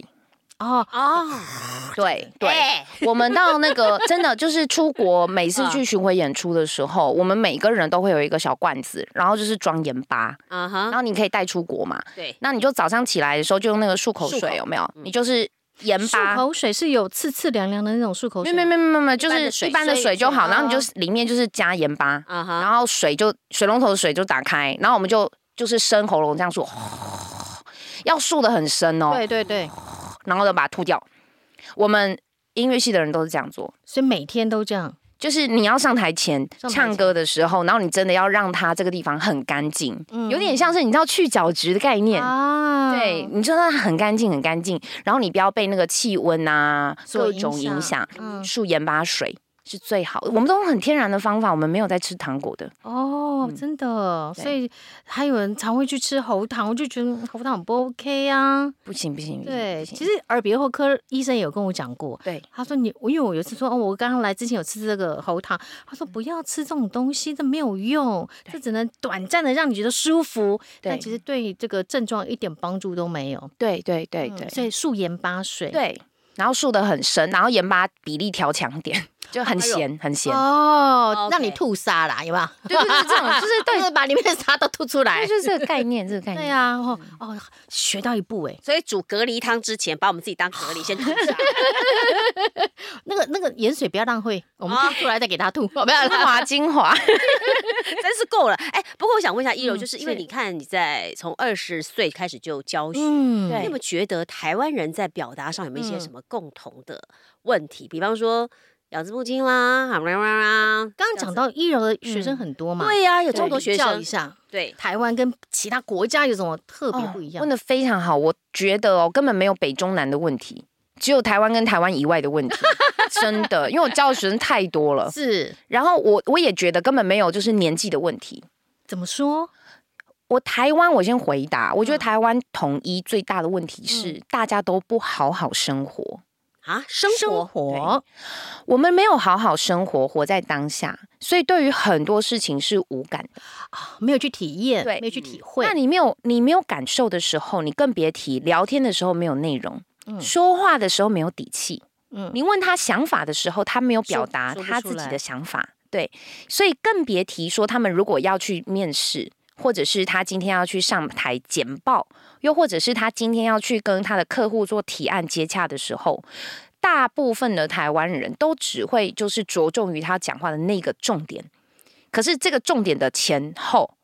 对，我们到那个真的就是出国，每次去巡回演出的时候，我们每个人都会有一个小罐子，然后就是装盐巴，然后你可以带出国嘛。 对， 那你就早上起来的时候就用那个漱口水，有没有？你就是盐巴。 漱口水是有刺凉凉的那种漱口水？ 没有，就是一般的水就好。然后你就里面就是加盐巴，然后水龙头的水就打开，然后我们就是深喉咙这样漱，要漱得很深哦。 对。 然后就把它吐掉。我们音乐系的人都是这样做， 所以每天都这样。 就是你要上台前唱歌的时候，然后你真的要让它这个地方很干净，有点像是你知道去角质的概念对，你就让它很干净，然后你不要被那个气温各种影响。漱盐巴水是最好的，我们都很天然的方法，我们没有在吃糖果的。 真的，所以还有人常会去吃喉糖，我就觉得喉糖很不 OK 啊。 不行。 对，其实耳鼻喉科医生也有跟我讲过， 对， 他说因为我有一次说我刚刚来之前有吃这个喉糖，他说不要吃这种东西，这没有用，这只能短暂的让你觉得舒服，但其实对这个症状一点帮助都没有。 对， 所以漱盐巴水， 对，然后漱得很深，然后盐巴比例调强点。就很咸，很咸让你吐沙啦，有没有？ 对，这种就是对，把里面的沙都吐出来， 就是这个概念，对啊，学到一步所以煮蛤蜊汤之前，把我们自己当蛤蜊先吐沙。 那个盐水不要浪费，我们吐出来再给他吐，不要精华， 真是够了。不过我想问一下依柔，就是因为你看你在从20岁开始就教学，你有没有觉得台湾人在表达上有没有一些什么共同的问题？比方说咬字不清啦， 刚刚讲到依柔的学生很多嘛， 对呀，有这么多学生。 教一下， 对， 台湾跟其他国家有什么特别不一样？ 问得非常好，我觉得根本没有北中南的问题，只有台湾跟台湾以外的问题，真的，因为我教的学生太多了。 是， 然后我也觉得根本没有就是年纪的问题。 怎么说？ 台湾我先回答，我觉得台湾统一最大的问题是大家都不好好生活。 生活， 我们没有好好生活，活在当下，所以对于很多事情是无感的没有去体验，没有去体会。 那你没有感受的时候，你更别提聊天的时候没有内容，说话的时候没有底气。你问他想法的时候，他没有表达他自己的想法，对，所以更别提说他们如果要去面试，或者是他今天要去上台简报，又或者是他今天要去跟他的客户做提案接洽的时候，大部分的台湾人都只会就是着重于他讲话的那个重点，可是这个重点的前后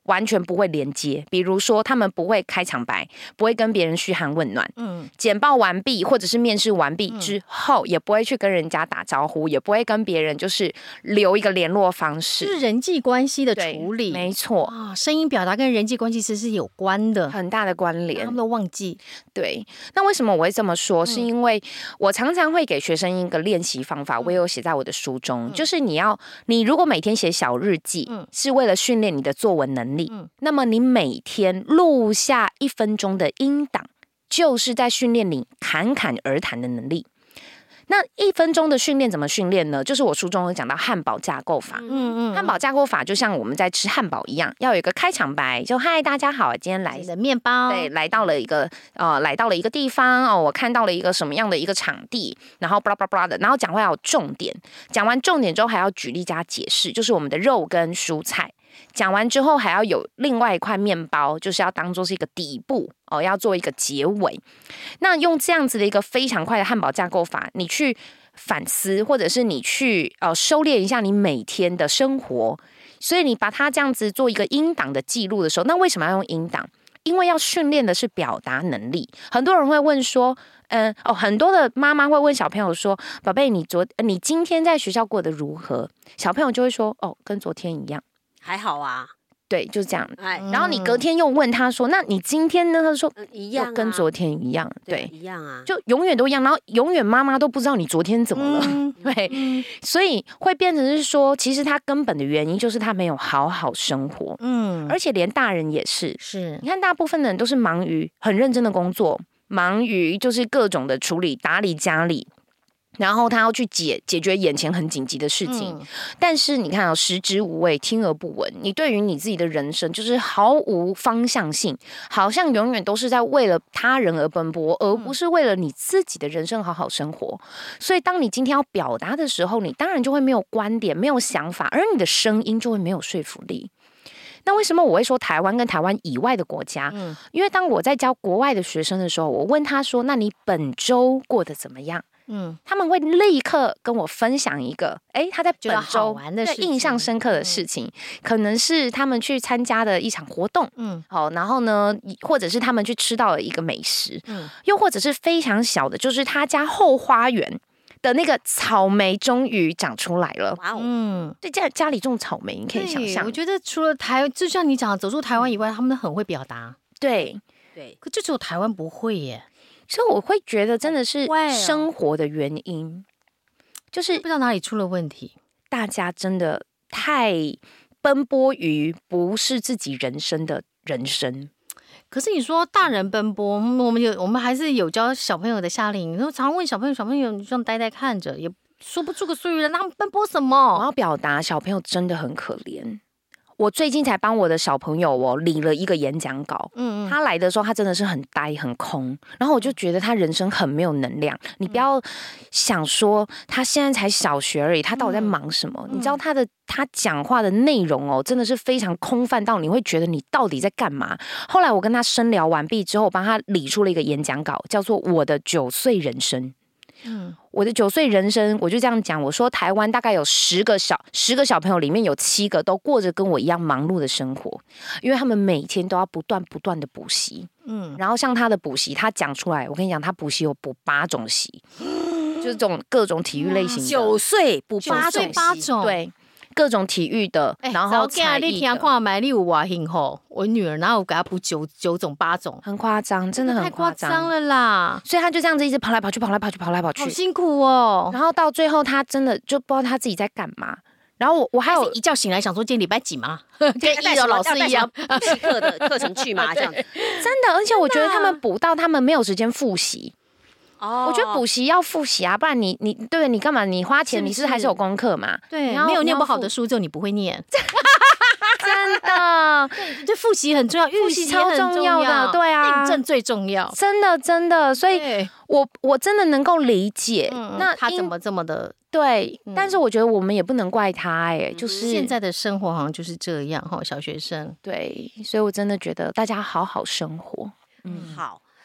完全不会连接，比如说他们不会开场白，不会跟别人嘘寒问暖，简报完毕或者是面试完毕之后，也不会去跟人家打招呼，也不会跟别人就是留一个联络方式， 就是人际关系的处理， 没错啊，声音表达跟人际关系其实是有关的， 很大的关联， 他们都忘记。 对，那为什么我会这么说？是因为我常常会给学生一个练习方法，我也有写在我的书中，就是你如果每天写小日记，是为了训练你的作文能力，那么你每天录下1分钟的音档，就是在训练你侃侃而谈的能力。那1分钟的训练怎么训练呢？就是我书中有讲到汉堡架构法。汉堡架构法就像我们在吃汉堡一样，要有一个开场白，就嗨大家好，今天来的面包， 对，来到了一个地方哦，我看到了一个什么样的一个场地，然后巴拉巴拉巴拉的，然后讲话要有重点，讲完重点之后还要举例加解释，就是我们的肉跟蔬菜。讲完之后还要有另外一块面包，就是要当做是一个底部哦，要做一个结尾。那用这样子的一个非常快的汉堡架构法，你去反思，或者是你去收敛一下你每天的生活，所以你把它这样子做一个音档的记录的时候，那为什么要用音档？因为要训练的是表达能力。很多人会问说，很多的妈妈会问小朋友说，宝贝，你今天在学校过得如何？小朋友就会说，跟昨天一样。 还好啊， 对，就是这样。然后你隔天又问他说：“那你今天呢？”他说：“ 一样， 跟昨天一样。”对， 一样啊， 就永远都一样。然后永远妈妈都不知道你昨天怎么了，对，所以会变成是说，其实他根本的原因就是他没有好好生活。而且连大人也是。你看，大部分的人都是忙于很认真的工作，忙于就是各种的处理打理家里。然后他要去解决眼前很紧急的事情，但是你看食之无味，听而不闻。你对于你自己的人生就是毫无方向性，好像永远都是在为了他人而奔波，而不是为了你自己的人生好好生活。所以当你今天要表达的时候，你当然就会没有观点，没有想法，而你的声音就会没有说服力。那为什么我会说台湾跟台湾以外的国家？因为当我在教国外的学生的时候，我问他说：“那你本周过得怎么样？”他们会立刻跟我分享一个，他在本周印象深刻的事情，可能是他们去参加的一场活动，然后呢，或者是他们去吃到了一个美食，又或者是非常小的，就是他家后花园的那个草莓终于长出来了。对，家里种草莓，你可以想象。 我觉得除了就像你讲的，走出台湾以外，他们都很会表达。 对， 可就只有台湾不会耶。 所以我会觉得真的是生活的原因，就是不知道哪里出了问题。 大家真的太奔波于不是自己人生的人生。 可是你说大人奔波，我们还是有教小朋友的夏令营，然后常问小朋友，你这样呆呆看着，也说不出个所以然，他们奔波什么？ 我要表达，小朋友真的很可怜。我最近才帮我的小朋友理了一个演讲稿，他来的时候他真的是很呆很空，然后我就觉得他人生很没有能量。你不要想说他现在才小学而已，他到底在忙什么？你知道他讲话的内容真的是非常空泛到你会觉得你到底在干嘛。后来我跟他深聊完毕之后，我帮他理出了一个演讲稿，叫做《我的9岁人生》。我的9岁人生，我就这样讲。我说台湾大概有10个小朋友，里面有7个都过着跟我一样忙碌的生活，因为他们每天都要不断的补习。然后像他的补习，他讲出来，我跟你讲，他补习有补8种习，就是这种各种体育类型的。 9岁补8种， 对。各种体育的，然后才艺的。 你听看买你有多幸福？我女儿哪有给她补9种8种， 很夸张，真的很夸张， 太夸张了啦！ 所以她就这样子一直跑来跑去， 好辛苦哦。 然后到最后，她真的就不知道她自己在干嘛。然后我还有一觉醒来想说，今天礼拜几吗？跟一楼老师一样， 补习课的课程去吗？这样子， 真的。而且我觉得他们补到他们没有时间复习。我觉得补习要复习啊，不然你对你干嘛？你花钱，你是还是有功课嘛？ 对，没有念不好的书，就你不会念。 真的， 对，复习很重要， 复习超重要的，对啊， 订正最重要， 真的，所以我真的能够理解。 那他怎么这么的对？但是我觉得我们也不能怪他，就是现在的生活好像就是这样哈，小学生。 对，所以我真的觉得大家好好生活。 好。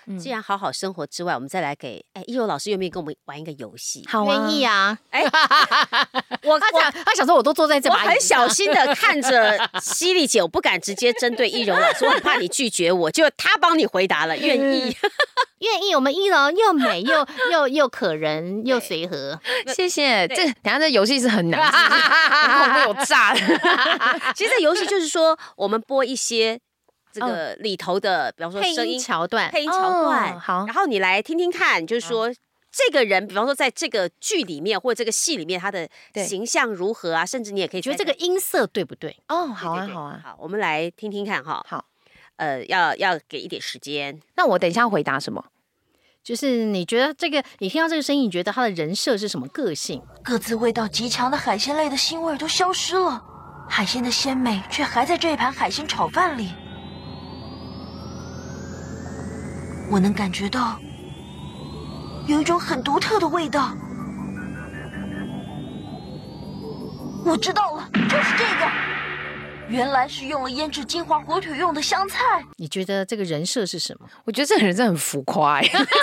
既然好好生活之外，我们再来给依柔老师愿不愿意跟我们玩一个游戏？ 好，愿意啊！他想说，我都坐在这， 我很小心的看着犀利姐，我不敢直接针对依柔老师，我很怕你拒绝我，就他帮你回答了，愿意。 愿意，我们依柔又美又可人又随和， 谢谢。等一下这游戏是很难，很恐怖有炸的。 其实这游戏就是说，我们播一些这个里头的，比方说声音桥段， 配音桥段， 好， 然后你来听听看，就是说这个人，比方说在这个剧里面或者这个戏里面，他的形象如何啊，甚至你也可以觉得这个音色对不对？ 哦，好啊， 好，我们来听听看哈。 好， 要给一点时间。 那我等一下回答什么？ 就是你觉得你听到这个声音，你觉得他的人设是什么个性？ 各自味道极强的海鲜类的腥味都消失了，海鲜的鲜美却还在这一盘海鲜炒饭里。我能感觉到有一种很独特的味道。我知道了，就是这个，原来是用了腌制金华火腿用的香菜。 你觉得这个人设是什么？ 我觉得这个人真的很浮夸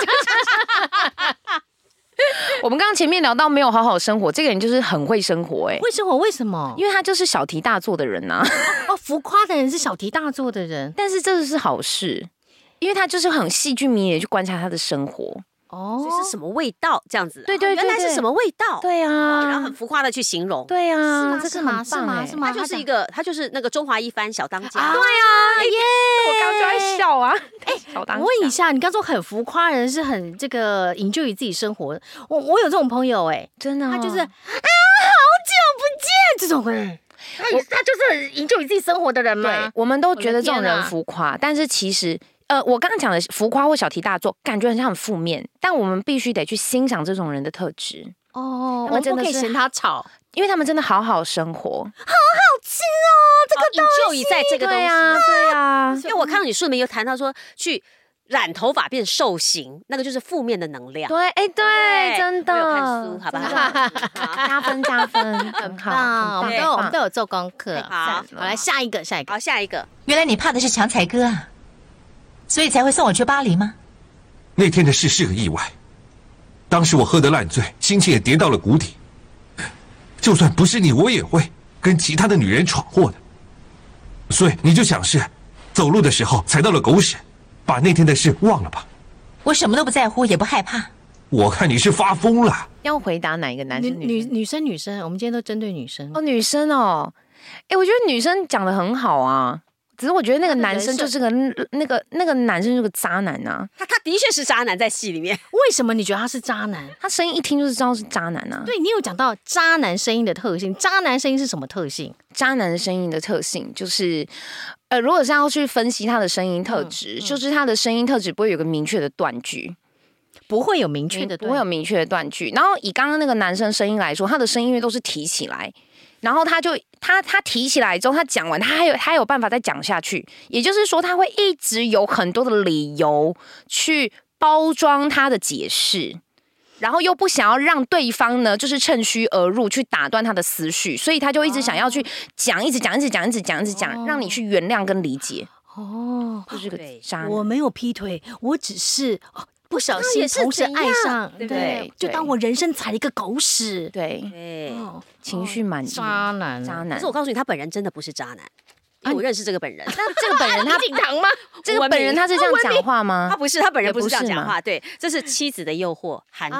我们刚刚前面聊到没有好好生活，这个人就是很会生活会生活为什么？ 因为他就是小题大做的人啊。 浮夸的人是小题大做的人， 但是这是好事，因为他就是很戏剧迷的去观察他的生活。 这是什么味道？这样子， 对， 原来是什么味道？ 对啊， 然后很浮夸的去形容， 对啊， 这是吗？是吗？ 他就是那个中华一番小当家， 对啊，耶！我刚刚就在笑啊，小当家。 我问一下，你刚说很浮夸人是很这个enjoy自己生活，我有这种朋友真的， 他就是好久不见这种人，他就是很enjoy自己生活的人吗？ 对，我们都觉得这种人浮夸，但是其实。我刚刚讲的浮夸或小题大做，感觉很像很负面，但我们必须得去欣赏这种人的特质。 我们真的可以嫌他吵， 因为他们真的好好生活，好好吃哦，这个东西。 就在这个东西， 对啊。 因为我看到你书里面有谈到说去染头发变瘦型，那个就是负面的能量。 对，对，真的。 我有看书，好吧？ 加分，很好。 我们都有做功课。 好， 来下一个。 好，下一个。 原来你怕的是强才哥啊，所以才会送我去巴黎吗？ 那天的事是个意外，当时我喝得烂醉，心情也跌到了谷底。就算不是你，我也会跟其他的女人闯祸的。所以你就想是走路的时候踩到了狗屎，把那天的事忘了吧。 我什么都不在乎，也不害怕。 我看你是发疯了。 要回答哪一个男生女生？我们今天都针对女生。 女生哦。我觉得女生讲得很好啊。只是我觉得那个男生就是那个男生是个渣男啊， 他的确是渣男，在戏里面。 为什么你觉得他是渣男？ 他声音一听就是知道是渣男啊。 对，你有讲到渣男声音的特性，渣男声音是什么特性？ 渣男声音的特性就是，如果是要去分析他的声音特质，就是他的声音特质不会有个明确的断句。 不会有明确的断句。然后以刚刚那个男生声音来说，他的声音因为都是提起来。然后他提起来之后，他讲完，他还有办法再讲下去。也就是说，他会一直有很多的理由去包装他的解释，然后又不想要让对方呢，就是趁虚而入去打断他的思绪，所以他就一直想要去讲，一直讲，让你去原谅跟理解。就是个渣男。 我没有劈腿，我只是。不小心同时爱上，对，就当我人生踩了一个狗屎， 对，情绪满渣男。 可是我告诉你，他本人真的不是渣男，因为我认识这个本人。 那这个本人他挺糖吗？这个本人他是这样讲话吗？ 他不是，他本人不是这样讲话。对，这是《妻子的诱惑》韩剧。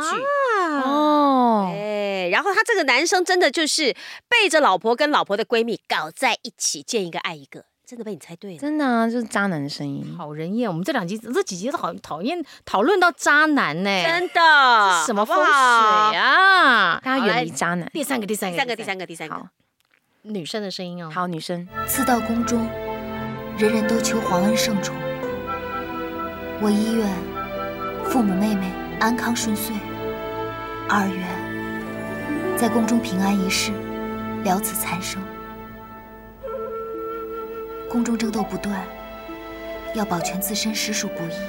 然后他这个男生真的就是背着老婆跟老婆的闺蜜搞在一起，见一个爱一个。真的被你猜对了， 真的啊，就是渣男的声音， 好人厌。我们这几集都好讨厌讨论到渣男呢， 真的， 什么风水啊？ 大家远离渣男。 第三个。 好， 女生的声音哦。 好，女生。 自到宫中，人人都求皇恩圣宠。我一愿父母妹妹安康顺遂，二愿在宫中平安一世，了此残生。宫中争斗不断，要保全自身实属不易。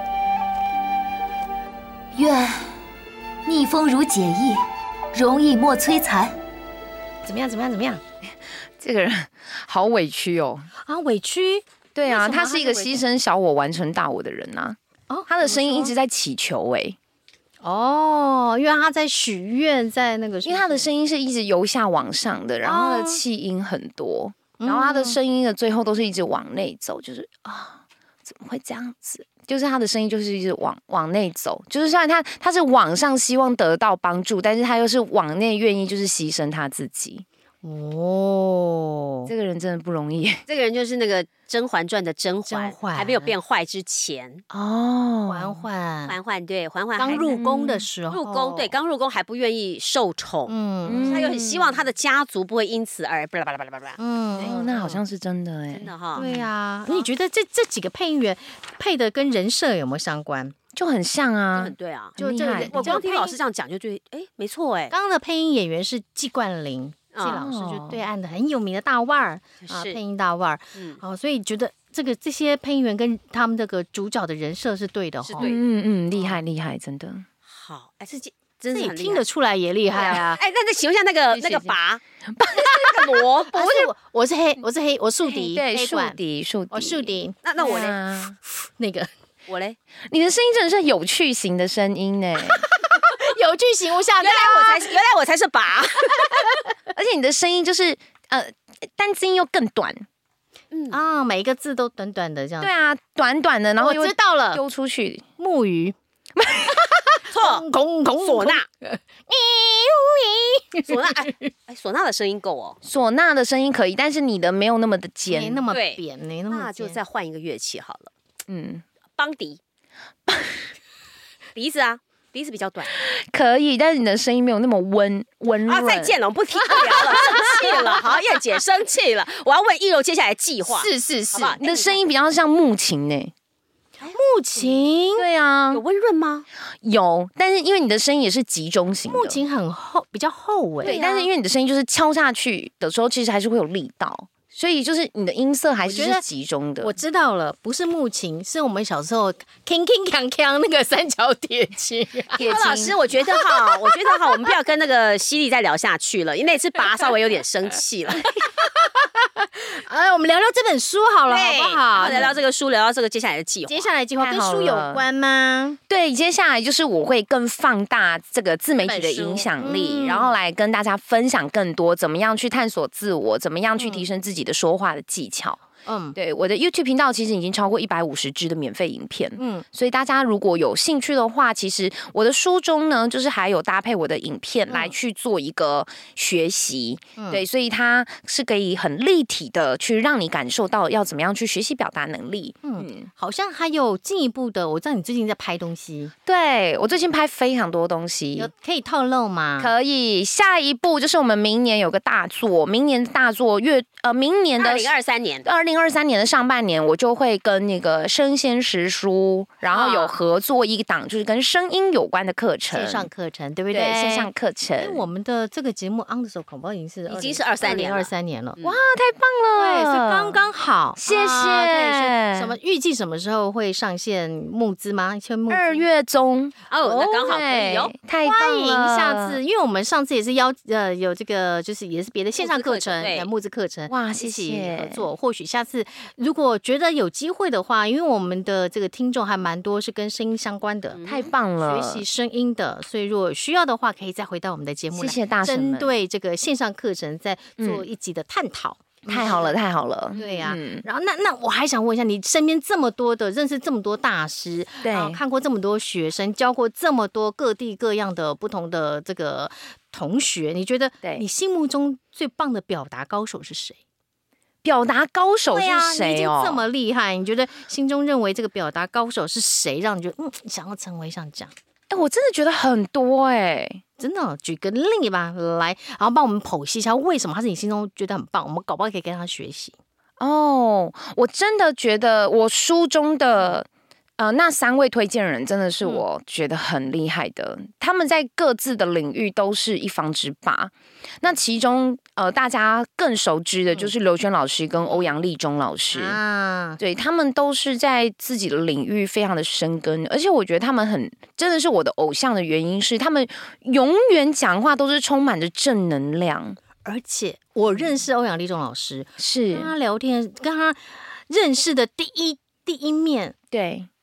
愿逆风如解意，容易莫摧残。 怎么样？ 这个人好委屈哦。 委屈？ 对啊，他是一个牺牲小我完成大我的人啊。 他的声音一直在祈求因为他在许愿，在那个， 因为他的声音是一直由下往上的，然后他的气音很多，然后他的声音的最后都是一直往内走，就是怎么会这样子？就是他的声音就是一直往内走，就是虽然他是往上希望得到帮助，但是他又是往内愿意就是牺牲他自己。这个人真的不容易。 这个人就是那个《甄嬛传》的甄嬛，还没有变坏之前嬛嬛对，嬛嬛刚入宫的时候， 刚入宫还不愿意受宠，他又很希望他的家族不会因此而巴拉巴拉巴拉巴拉。 那好像是真的真的哈。 对呀，你觉得这几个配音员配的跟人设有没有相关？ 就很像啊， 很对啊， 就我刚听老师这样讲，就觉得没错刚刚的配音演员是季冠霖。季老师就对岸的很有名的大腕儿配音大腕儿，所以觉得这些配音员跟他们这个主角的人设是对的， 是对的， 厉害，真的好， 真是听得出来也厉害啊！ 那请问一下那个拔那个萝卜， 我是黑，我竖笛， 对，竖笛， 那我嘞， 那个我嘞， 你的声音真的是有趣型的声音呢。 有句型，我想原来我才是拔， 而且你的声音就是单字音又更短， 每一个字都短短的这样。 对啊，短短的，然后我知道了， 丢出去。 木鱼， 错，唢呐，唢呐的声音够哦， 唢呐的声音可以，但是你的没有那么的尖， 没那么扁，没那么尖， 那就再换一个乐器好了。梆笛，笛子啊。鼻子比较短， 可以，但是你的声音没有那么温润。 再见了，我们不聊了，生气了。好，燕姐生气了，我要问依柔接下来计划。 是，你的声音比较像木琴呢。 木琴， 对啊， 有温润吗？ 有，但是因为你的声音也是集中型的， 木琴很厚，比较厚对，但是因为你的声音就是敲下去的时候，其实还是会有力道。所以就是你的音色还是集中的。 我知道了，不是木琴，是我们小时候铿铿锵锵那个三角铁琴。 老师，我觉得哈，我们不要跟那个犀利再聊下去了，因为那次拔稍微有点生气了。 我们聊聊这本书好了，好不好？ 聊聊这个书，聊聊这个接下来的计划。 接下来的计划跟书有关吗？ 对，接下来就是我会更放大这个自媒体的影响力，然后来跟大家分享更多怎么样去探索自我，怎么样去提升自己的说话的技巧。对，我的 YouTube 频道其实已经超过150支的免费影片，所以大家如果有兴趣的话，其实我的书中呢，就是还有搭配我的影片来去做一个学习，对，所以它是可以很立体的去让你感受到要怎么样去学习表达能力。 好像还有进一步的，我知道你最近在拍东西， 对，我最近拍非常多东西， 可以透露吗？ 可以，下一步就是我们明年有个大作，明年的大作明年的2023年的上半年，我就会跟那个生鲜时书，然后有合作一档就是跟声音有关的课程， 线上课程，对不对？ 对，线上课程。 我们的这个节目 on the show 恐怕已经是 23年了， 哇，太棒了！ 对，所以刚刚好， 谢谢。 什么预计什么时候会上线募资吗 ？2月中哦，那刚好可以哦， 太棒了！ 欢迎下次，因为我们上次也是有这个就是也是别的线上课程，募资课程， 哇，谢谢合作。或许下次如果觉得有机会的话，因为我们的这个听众还蛮多是跟声音相关的， 太棒了， 学习声音的，所以如果需要的话，可以再回到我们的节目来， 谢谢大神们， 针对这个线上课程再做一集的探讨。 太好了，太好了， 对呀。然后那我还想问一下，你身边这么多的认识这么多大师， 对， 看过这么多学生，教过这么多各地各样的不同的这个同学，你觉得你心目中最棒的表达高手是谁？ 表达高手是谁？ 你已经这么厉害，你觉得心中认为这个表达高手是谁，让你觉得想要成为像这样？ 我真的觉得很多真的，举个例吧，来，然后帮我们剖析一下为什么他是你心中觉得很棒，我们搞不好可以跟他学习。 我真的觉得我书中的那3位推荐人真的是我觉得很厉害的，他们在各自的领域都是一方之霸。那其中大家更熟知的就是刘轩老师跟欧阳立中老师对，他们都是在自己的领域非常的深耕，而且我觉得他们真的是我的偶像的原因是他们永远讲话都是充满着正能量。 而且我认识欧阳立中老师， 是跟他聊天，跟他认识的第一面， 对，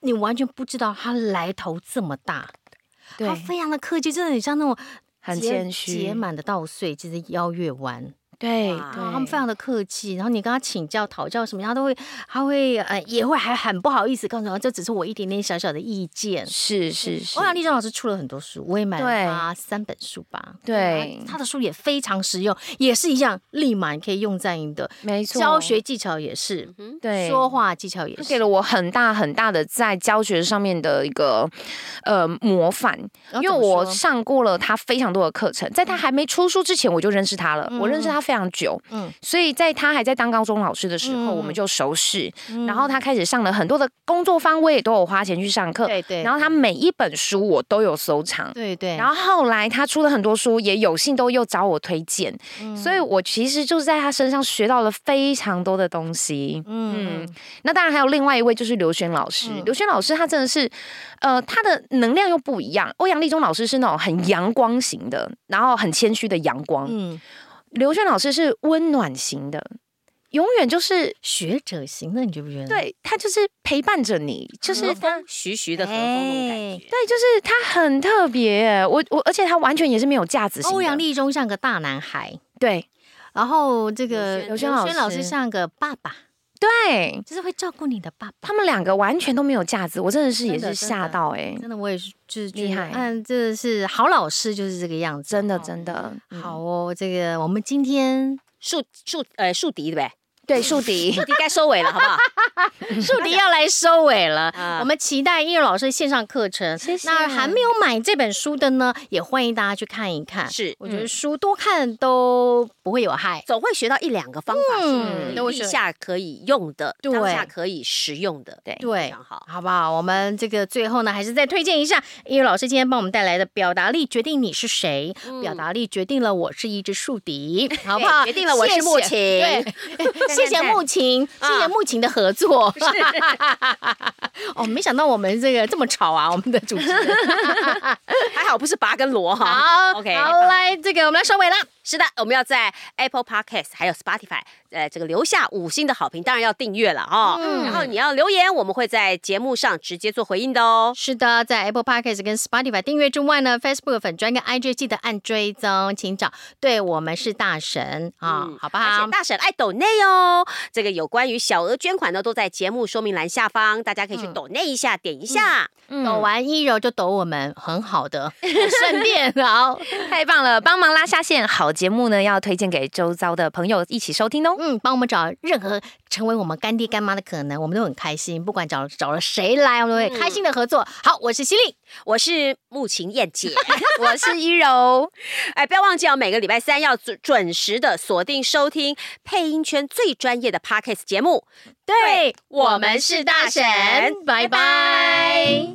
你完全不知道他来头这么大， 对， 他非常的客气，真的很像那种很谦虚， 结满的稻穗，其实腰越弯。 对， 他们非常的客气，然后你跟他请教讨教什么，他会也会还很不好意思告诉你，这只是我一点点小小的意见。 是。 欧阳立中老师出了很多书，我也买了他3本书吧。 对， 他的书也非常实用，也是一样立马可以用在你的没错， 教学技巧也是， 对， 说话技巧也是， 给了我很大很大的在教学上面的一个模范，因为我上过了他非常多的课程，在他还没出书之前我就认识他了，我认识他非常久，所以在他还在当高中老师的时候，我们就熟识，然后他开始上了很多的工作坊，我也都有花钱去上课， 对， 然后他每一本书我都有收藏， 对， 然后后来他出了很多书，也有幸都又找我推荐，所以我其实就是在他身上学到了非常多的东西，那当然还有另外一位就是刘轩老师，刘轩老师他真的是，他的能量又不一样，欧阳立中老师是那种很阳光型的，然后很谦虚的阳光，刘轩老师是温暖型的，永远就是学者型的，你觉不觉得？ 对，他就是陪伴着你，就是风徐徐的和风那种感觉。 对，就是他很特别，而且他完全也是没有架子型的。 欧阳立中像个大男孩， 对， 然后这个刘轩老师像个爸爸。 对， 就是会照顾你的爸爸。 他们两个完全都没有架子，我真的是也是吓到真的我也是就是厉害。 这是好老师就是这个样子， 真的。 好哦，这个我们今天树敌对不对？ 对，树敌该收尾了，好不好？ 树敌要来收尾了，我们期待依柔老师的线上课程。 谢谢。 那还没有买这本书的呢，也欢迎大家去看一看。 是， 我觉得书多看都不会有害， 总会学到1-2个方法是立下可以用的，当下可以实用的。 对， 非常好， 好不好？我们这个最后呢，还是再推荐一下依柔老师今天帮我们带来的《表达力决定你是谁》，表达力决定了我是一只树敌，好不好？ 决定了我是木琴。 对。谢谢木琴，谢谢木琴的合作。哦，没想到我们这个这么吵啊，我们的主持人还好不是拔跟罗哈。 好 ，OK， 好，来这个我们来收尾了。 是的，我们要在 Apple Podcast 还有 Spotify 这个留下5星的好评，当然要订阅了哦。然后你要留言，我们会在节目上直接做回应的哦。 是的，在 Apple Podcast 跟 Spotify 订阅之外呢 ，Facebook 粉专跟 IG 记得按追踪，请找对我们是大神啊，好不好？ 而且大神爱抖内哦，这个有关于小额捐款呢，都在节目说明栏下方，大家可以去抖内一下，点一下。 抖完依柔就抖我们，很好的，顺便好， 太棒了，帮忙拉下线，好节目呢要推荐给周遭的朋友一起收听哦。 帮我们找任何成为我们干爹干妈的可能，我们都很开心，不管找了谁来，我们都会开心的合作。好，我是犀利， 我是木琴燕姐， 我是依柔。 不要忘记每个礼拜3要准时的锁定收听配音圈最专业的 Podcast 节目。 对，我们是大神，拜拜。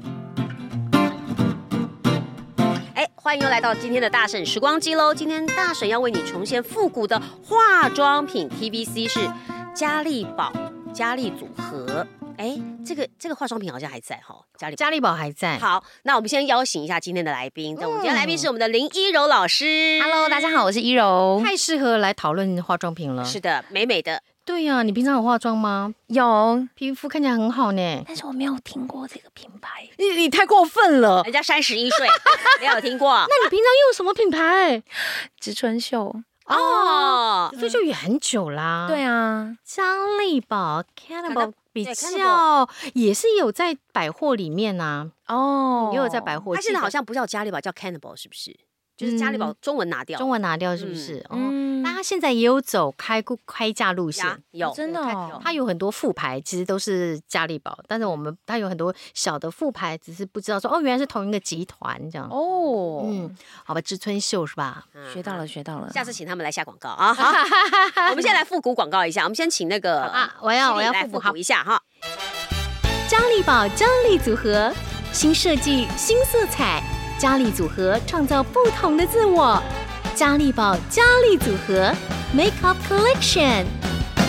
欢迎又来到今天的大婶时光机喽！今天大婶要为你重现复古的化妆品 TVC 是嘉利宝嘉利组合。这个化妆品好像还在哈， 嘉利宝还在。 好，那我们先邀请一下今天的来宾。我们今天来宾是我们的林依柔老师。 Hello， 大家好，我是依柔。 太适合来讨论化妆品了。 是的，美美的。 对呀，你平常有化妆吗？ 有， 皮肤看起来很好呢。 但是我没有听过这个品牌。 你太过分了， 人家31岁没有听过。 那你平常用什么品牌？ 植村秀。 植村秀也很久啦。 对啊， 嘉利宝 Cannibal 比较也是有在百货里面啊。也有在百货。 它现在好像不叫嘉利宝，叫 Cannibal 是不是？就是嘉利宝中文拿掉， 是不是？那他现在也有走开价路线， 有真的他有很多副牌，其实都是嘉利宝，但是他有很多小的副牌，只是不知道说原来是同一个集团这样。好吧，植村秀是吧？ 学到了。 下次请他们来下广告啊！好，我们先来复古广告一下，我们先请那个我要来复古一下哈。 嘉利宝嘉利组合新设计新色彩。嘉利组合创造不同的自我，嘉利宝嘉利组合 Makeup Collection。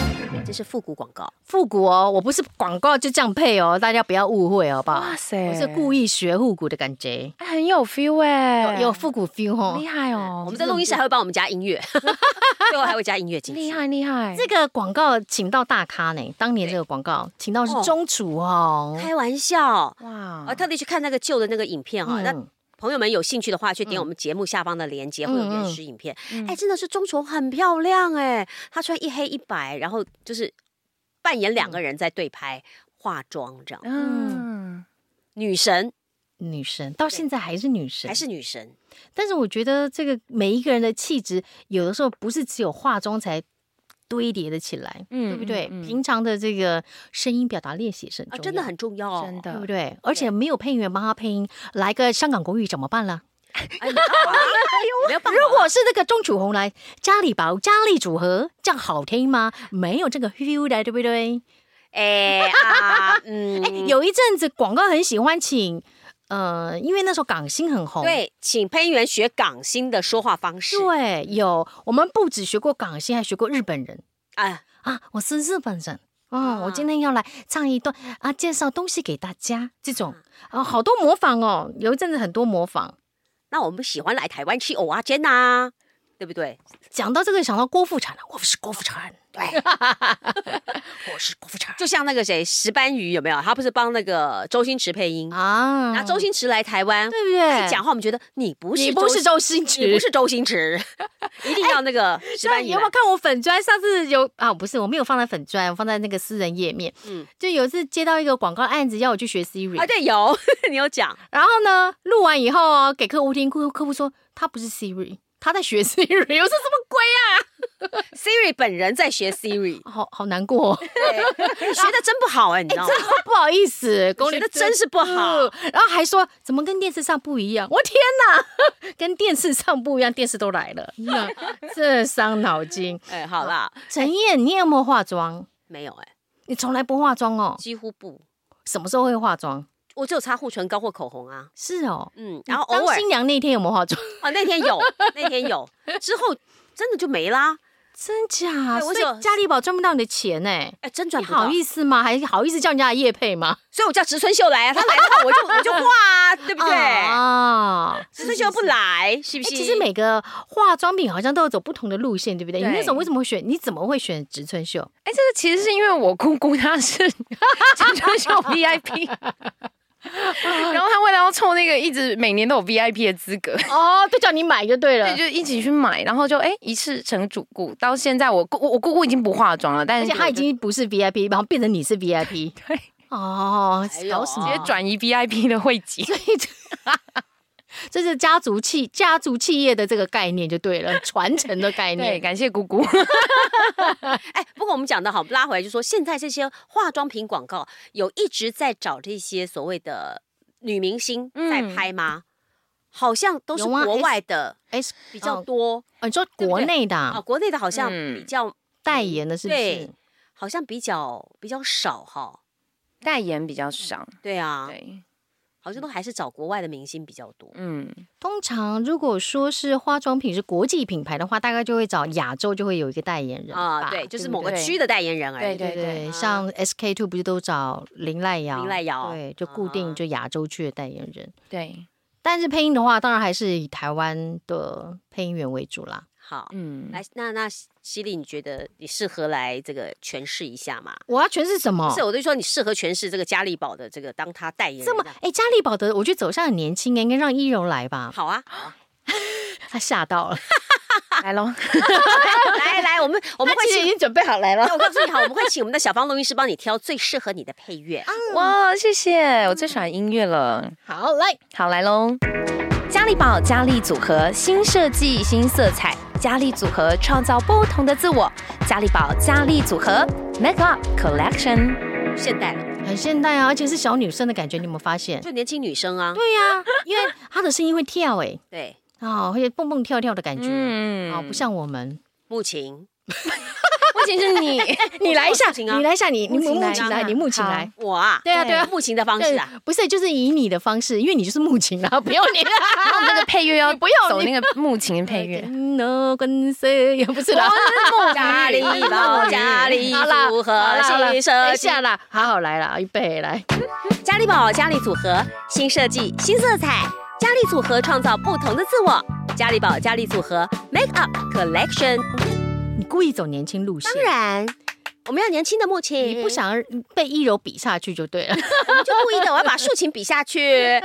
这是复古广告。 复古哦，我不是广告就这样配哦，大家不要误会好不好？哇塞，我是故意学复古的感觉， 很有 feel 哎， 有复古 feel 哦， 厉害哦。 我们在录音室还会帮我们加音乐，最后还会加音乐进去， 厉害厉害。 这个广告请到大咖呢，当年这个广告请到是钟楚红， 开玩笑哇！我特地去看那个旧的那个影片哈，那朋友们有兴趣的话，去点我们节目下方的链接，会有原始影片。哎，真的是钟楚红很漂亮哎，她穿一黑一白，然后就是扮演2个人在对拍，化妆这样。女神到现在还是女神， 还是女神。 但是我觉得这个每一个人的气质，有的时候不是只有化妆才堆叠的起来，对不对？平常的这个声音表达练习是很重要， 真的很重要， 真的，对不对？而且没有配音员帮他配音，来个香港国语怎么办呢？如果是那个钟楚红来嘉利宝嘉利组合，这样好听吗？没有这个 feel 的，对不对？有一阵子广告很喜欢请。因为那时候港星很红， 对，请配音员学港星的说话方式。 对，我们不只学过港星，还学过日本人。我是日本人我今天要来唱一段介绍东西给大家，这种好多模仿哦，有一阵子很多模仿。 那我们喜欢来台湾吃蚵仔煎呐，对不对？ 讲到这个，想到郭富城了，我是郭富城，对，我是郭富城。 就像那个谁石斑鱼有没有？他不是帮那个周星驰配音啊？拿周星驰来台湾， 对不对？ 讲话我们觉得你不是周星驰， 你不是周星驰，一定要那个石斑鱼。 有没有看我粉专？上次有不是，我没有放在粉专，我放在那个私人页面。就有一次接到一个广告案子，要我去学 Siri。 对，有你有讲。 然后呢，录完以后给客户听，客户说他不是 Siri。他在学 Siri， 有什么鬼啊 ？Siri 本人在学 Siri， 好难过。 对，学的真不好你知道吗？ 真不好意思， 学的真是不好。 然后还说怎么跟电视上不一样？我天哪，跟电视上不一样，电视都来了，这伤脑筋。 好啦， 陈燕，你有没有化妆？ 没有你从来不化妆哦？ 几乎不。 什么时候会化妆？ 我只有擦护唇膏或口红啊。 是哦， 然后偶尔当新娘那天有没有化妆？ 那天有，之后真的就没啦。 真假？所以嘉利宝赚不到你的钱真赚不到。 好意思吗？还好意思叫人家的业配吗？ 所以我叫植村秀来他来的话我就画对不对？植村秀不来，是不是？ 其实每个化妆品好像都有走不同的路线，对不对？你那时候为什么会选？你怎么会选植村秀？ 这个其实是因为我姑姑她是植村秀 VIP。然后他为了要凑那个一直每年都有 VIP 的资格就叫你买就对了， 对，就一起去买，然后就一次成主顾。到现在我姑姑已经不化妆了，但是而且他已经不是 VIP， 然后变成你是 VIP， 对， 搞什么？ 直接转移 VIP 的会籍， 所以这是家族企业的这个概念就对了，传承的概念。 对，感谢姑姑。 不过我们讲的好，拉回来就说，现在这些化妆品广告有一直在找这些所谓的女明星在拍吗？好像都是国外的比较多。 你说国内的国内的好像比较代言的，是不是？ 对，好像比较少哈， 代言比较少。 对啊， 对。 好像都还是找国外的明星比较多。 通常如果说是化妆品是国际品牌的话，大概就会找亚洲就会有一个代言人对，就是某个区的代言人而已。 对，像 SK2 不是都找林濑遥？对，就固定就亚洲区的代言人。 对， 但是配音的话，当然还是以台湾的配音员为主啦。 好，来，那犀利，你觉得你适合来这个诠释一下吗？ 我要诠释什么？ 是，我就说你适合诠释这个嘉利宝的这个当他代言人。这么， 嘉利宝的，我觉得走向很年轻，应该让依柔来吧。 好啊， 他吓到了， 来喽， 来，我们会已经准备好来了。 我告诉你好，我们会请我们的小芳录音师帮你挑最适合你的配乐。 哇，谢谢，我最喜欢音乐了。 好， 来喽。嘉利宝嘉利组合新设计新色彩，嘉利组合创造不同的自我。嘉利宝嘉利组合 Make Up Collection， 现代了， 很现代啊，而且是小女生的感觉，你有没有发现？ 就年轻女生啊。 对呀，因为她的声音会跳对会蹦蹦跳跳的感觉不像我们木琴。 不仅是你， 你来一下， 你来一下，你木琴来，你木琴来， 我啊， 对啊对啊， 木琴的方式啊， 不是，就是以你的方式，因为你就是木琴啊，不用你， 然后我们那个配乐要不用走那个木琴配乐。 No， 跟谁也不是啦， 家里宝家里组合新设计， 下啦，好来了，预备来， 家里宝家里组合新设计新色彩，家里组合创造不同的自我，家里宝家里组合 Make Up Collection。 你故意走年轻路线， 当然。我们要年轻的木琴， 你不想被一柔比下去就对了， 我们就故意的，我要把竖琴比下去。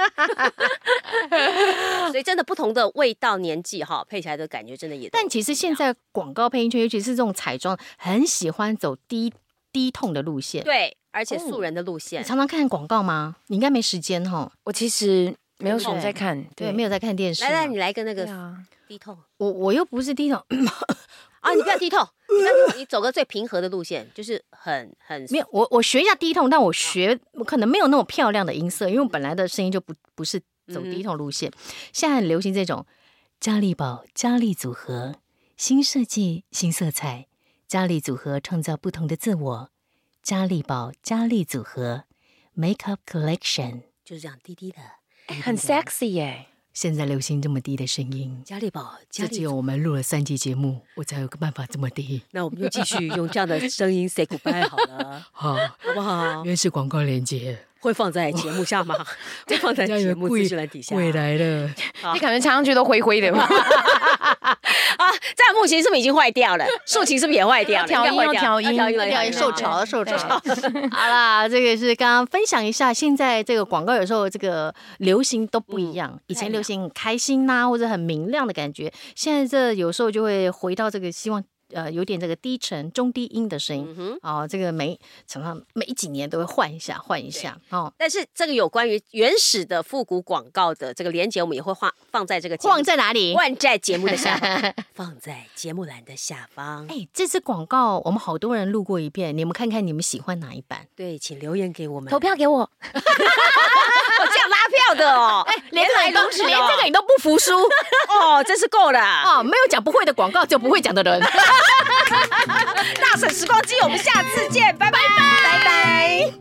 所以真的不同的味道、年纪哈，配起来的感觉真的也。 但其实现在广告配音圈，尤其是这种彩妆，很喜欢走低痛的路线， 对，而且素人的路线。 你常常看广告吗？你应该没时间哈。 我其实没有什么在看， 对，没有在看电视。 来，你来个那个低痛。 我又不是低痛。 啊，你不要低痛，你走个最平和的路线，就是很没有。我学一下低痛，但我可能没有那么漂亮的音色，因为我本来的声音就不是走低痛路线。现在很流行这种嘉利宝嘉利组合，新设计新色彩，嘉利组合创造不同的自我，嘉利宝嘉利组合 Make Up Collection， 就是这样低低的， 很 sexy 耶。 现在流行这么低的声音， 嘉利宝， 这只有我们录了3集节目，我才有个办法这么低。 那我们就继续用这样的声音 say goodbye 好了，好不好？ 原始广告链接会放在节目下吗？会放在节目资讯栏底下。 未来了， 你感觉唱上去都灰灰的吗？ 啊，这木琴是不是已经坏掉了？竖琴是不是也坏掉了？ 调音， 受潮。好啦，这个是刚刚分享一下，现在这个广告有时候这个流行都不一样。以前流行很开心呐，或者很明亮的感觉，现在这有时候就会回到这个希望。有点这个低沉、中低音的声音哦，这个常常每几年都会换一下哦。 但是这个有关于原始的复古广告的这个连结，我们也会放在这个放在哪里？ 放在节目的下方，放在节目栏的下方。 这次广告我们好多人录过一遍，你们看看你们喜欢哪一版？ 对，请留言给我们， 投票给我。 这样拉票的哦， 连这个你都不服输哦，真是够了哦！没有讲不会的广告，就不会讲的人。 大婶时光机，我们下次见，拜拜拜拜。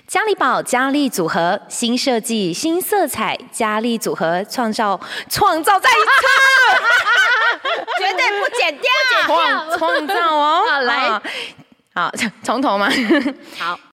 嘉利宝嘉利组合新设计新色彩，嘉利组合创造再一次， 绝对不剪掉， 创造哦， 好来， 好从头吗？ 好。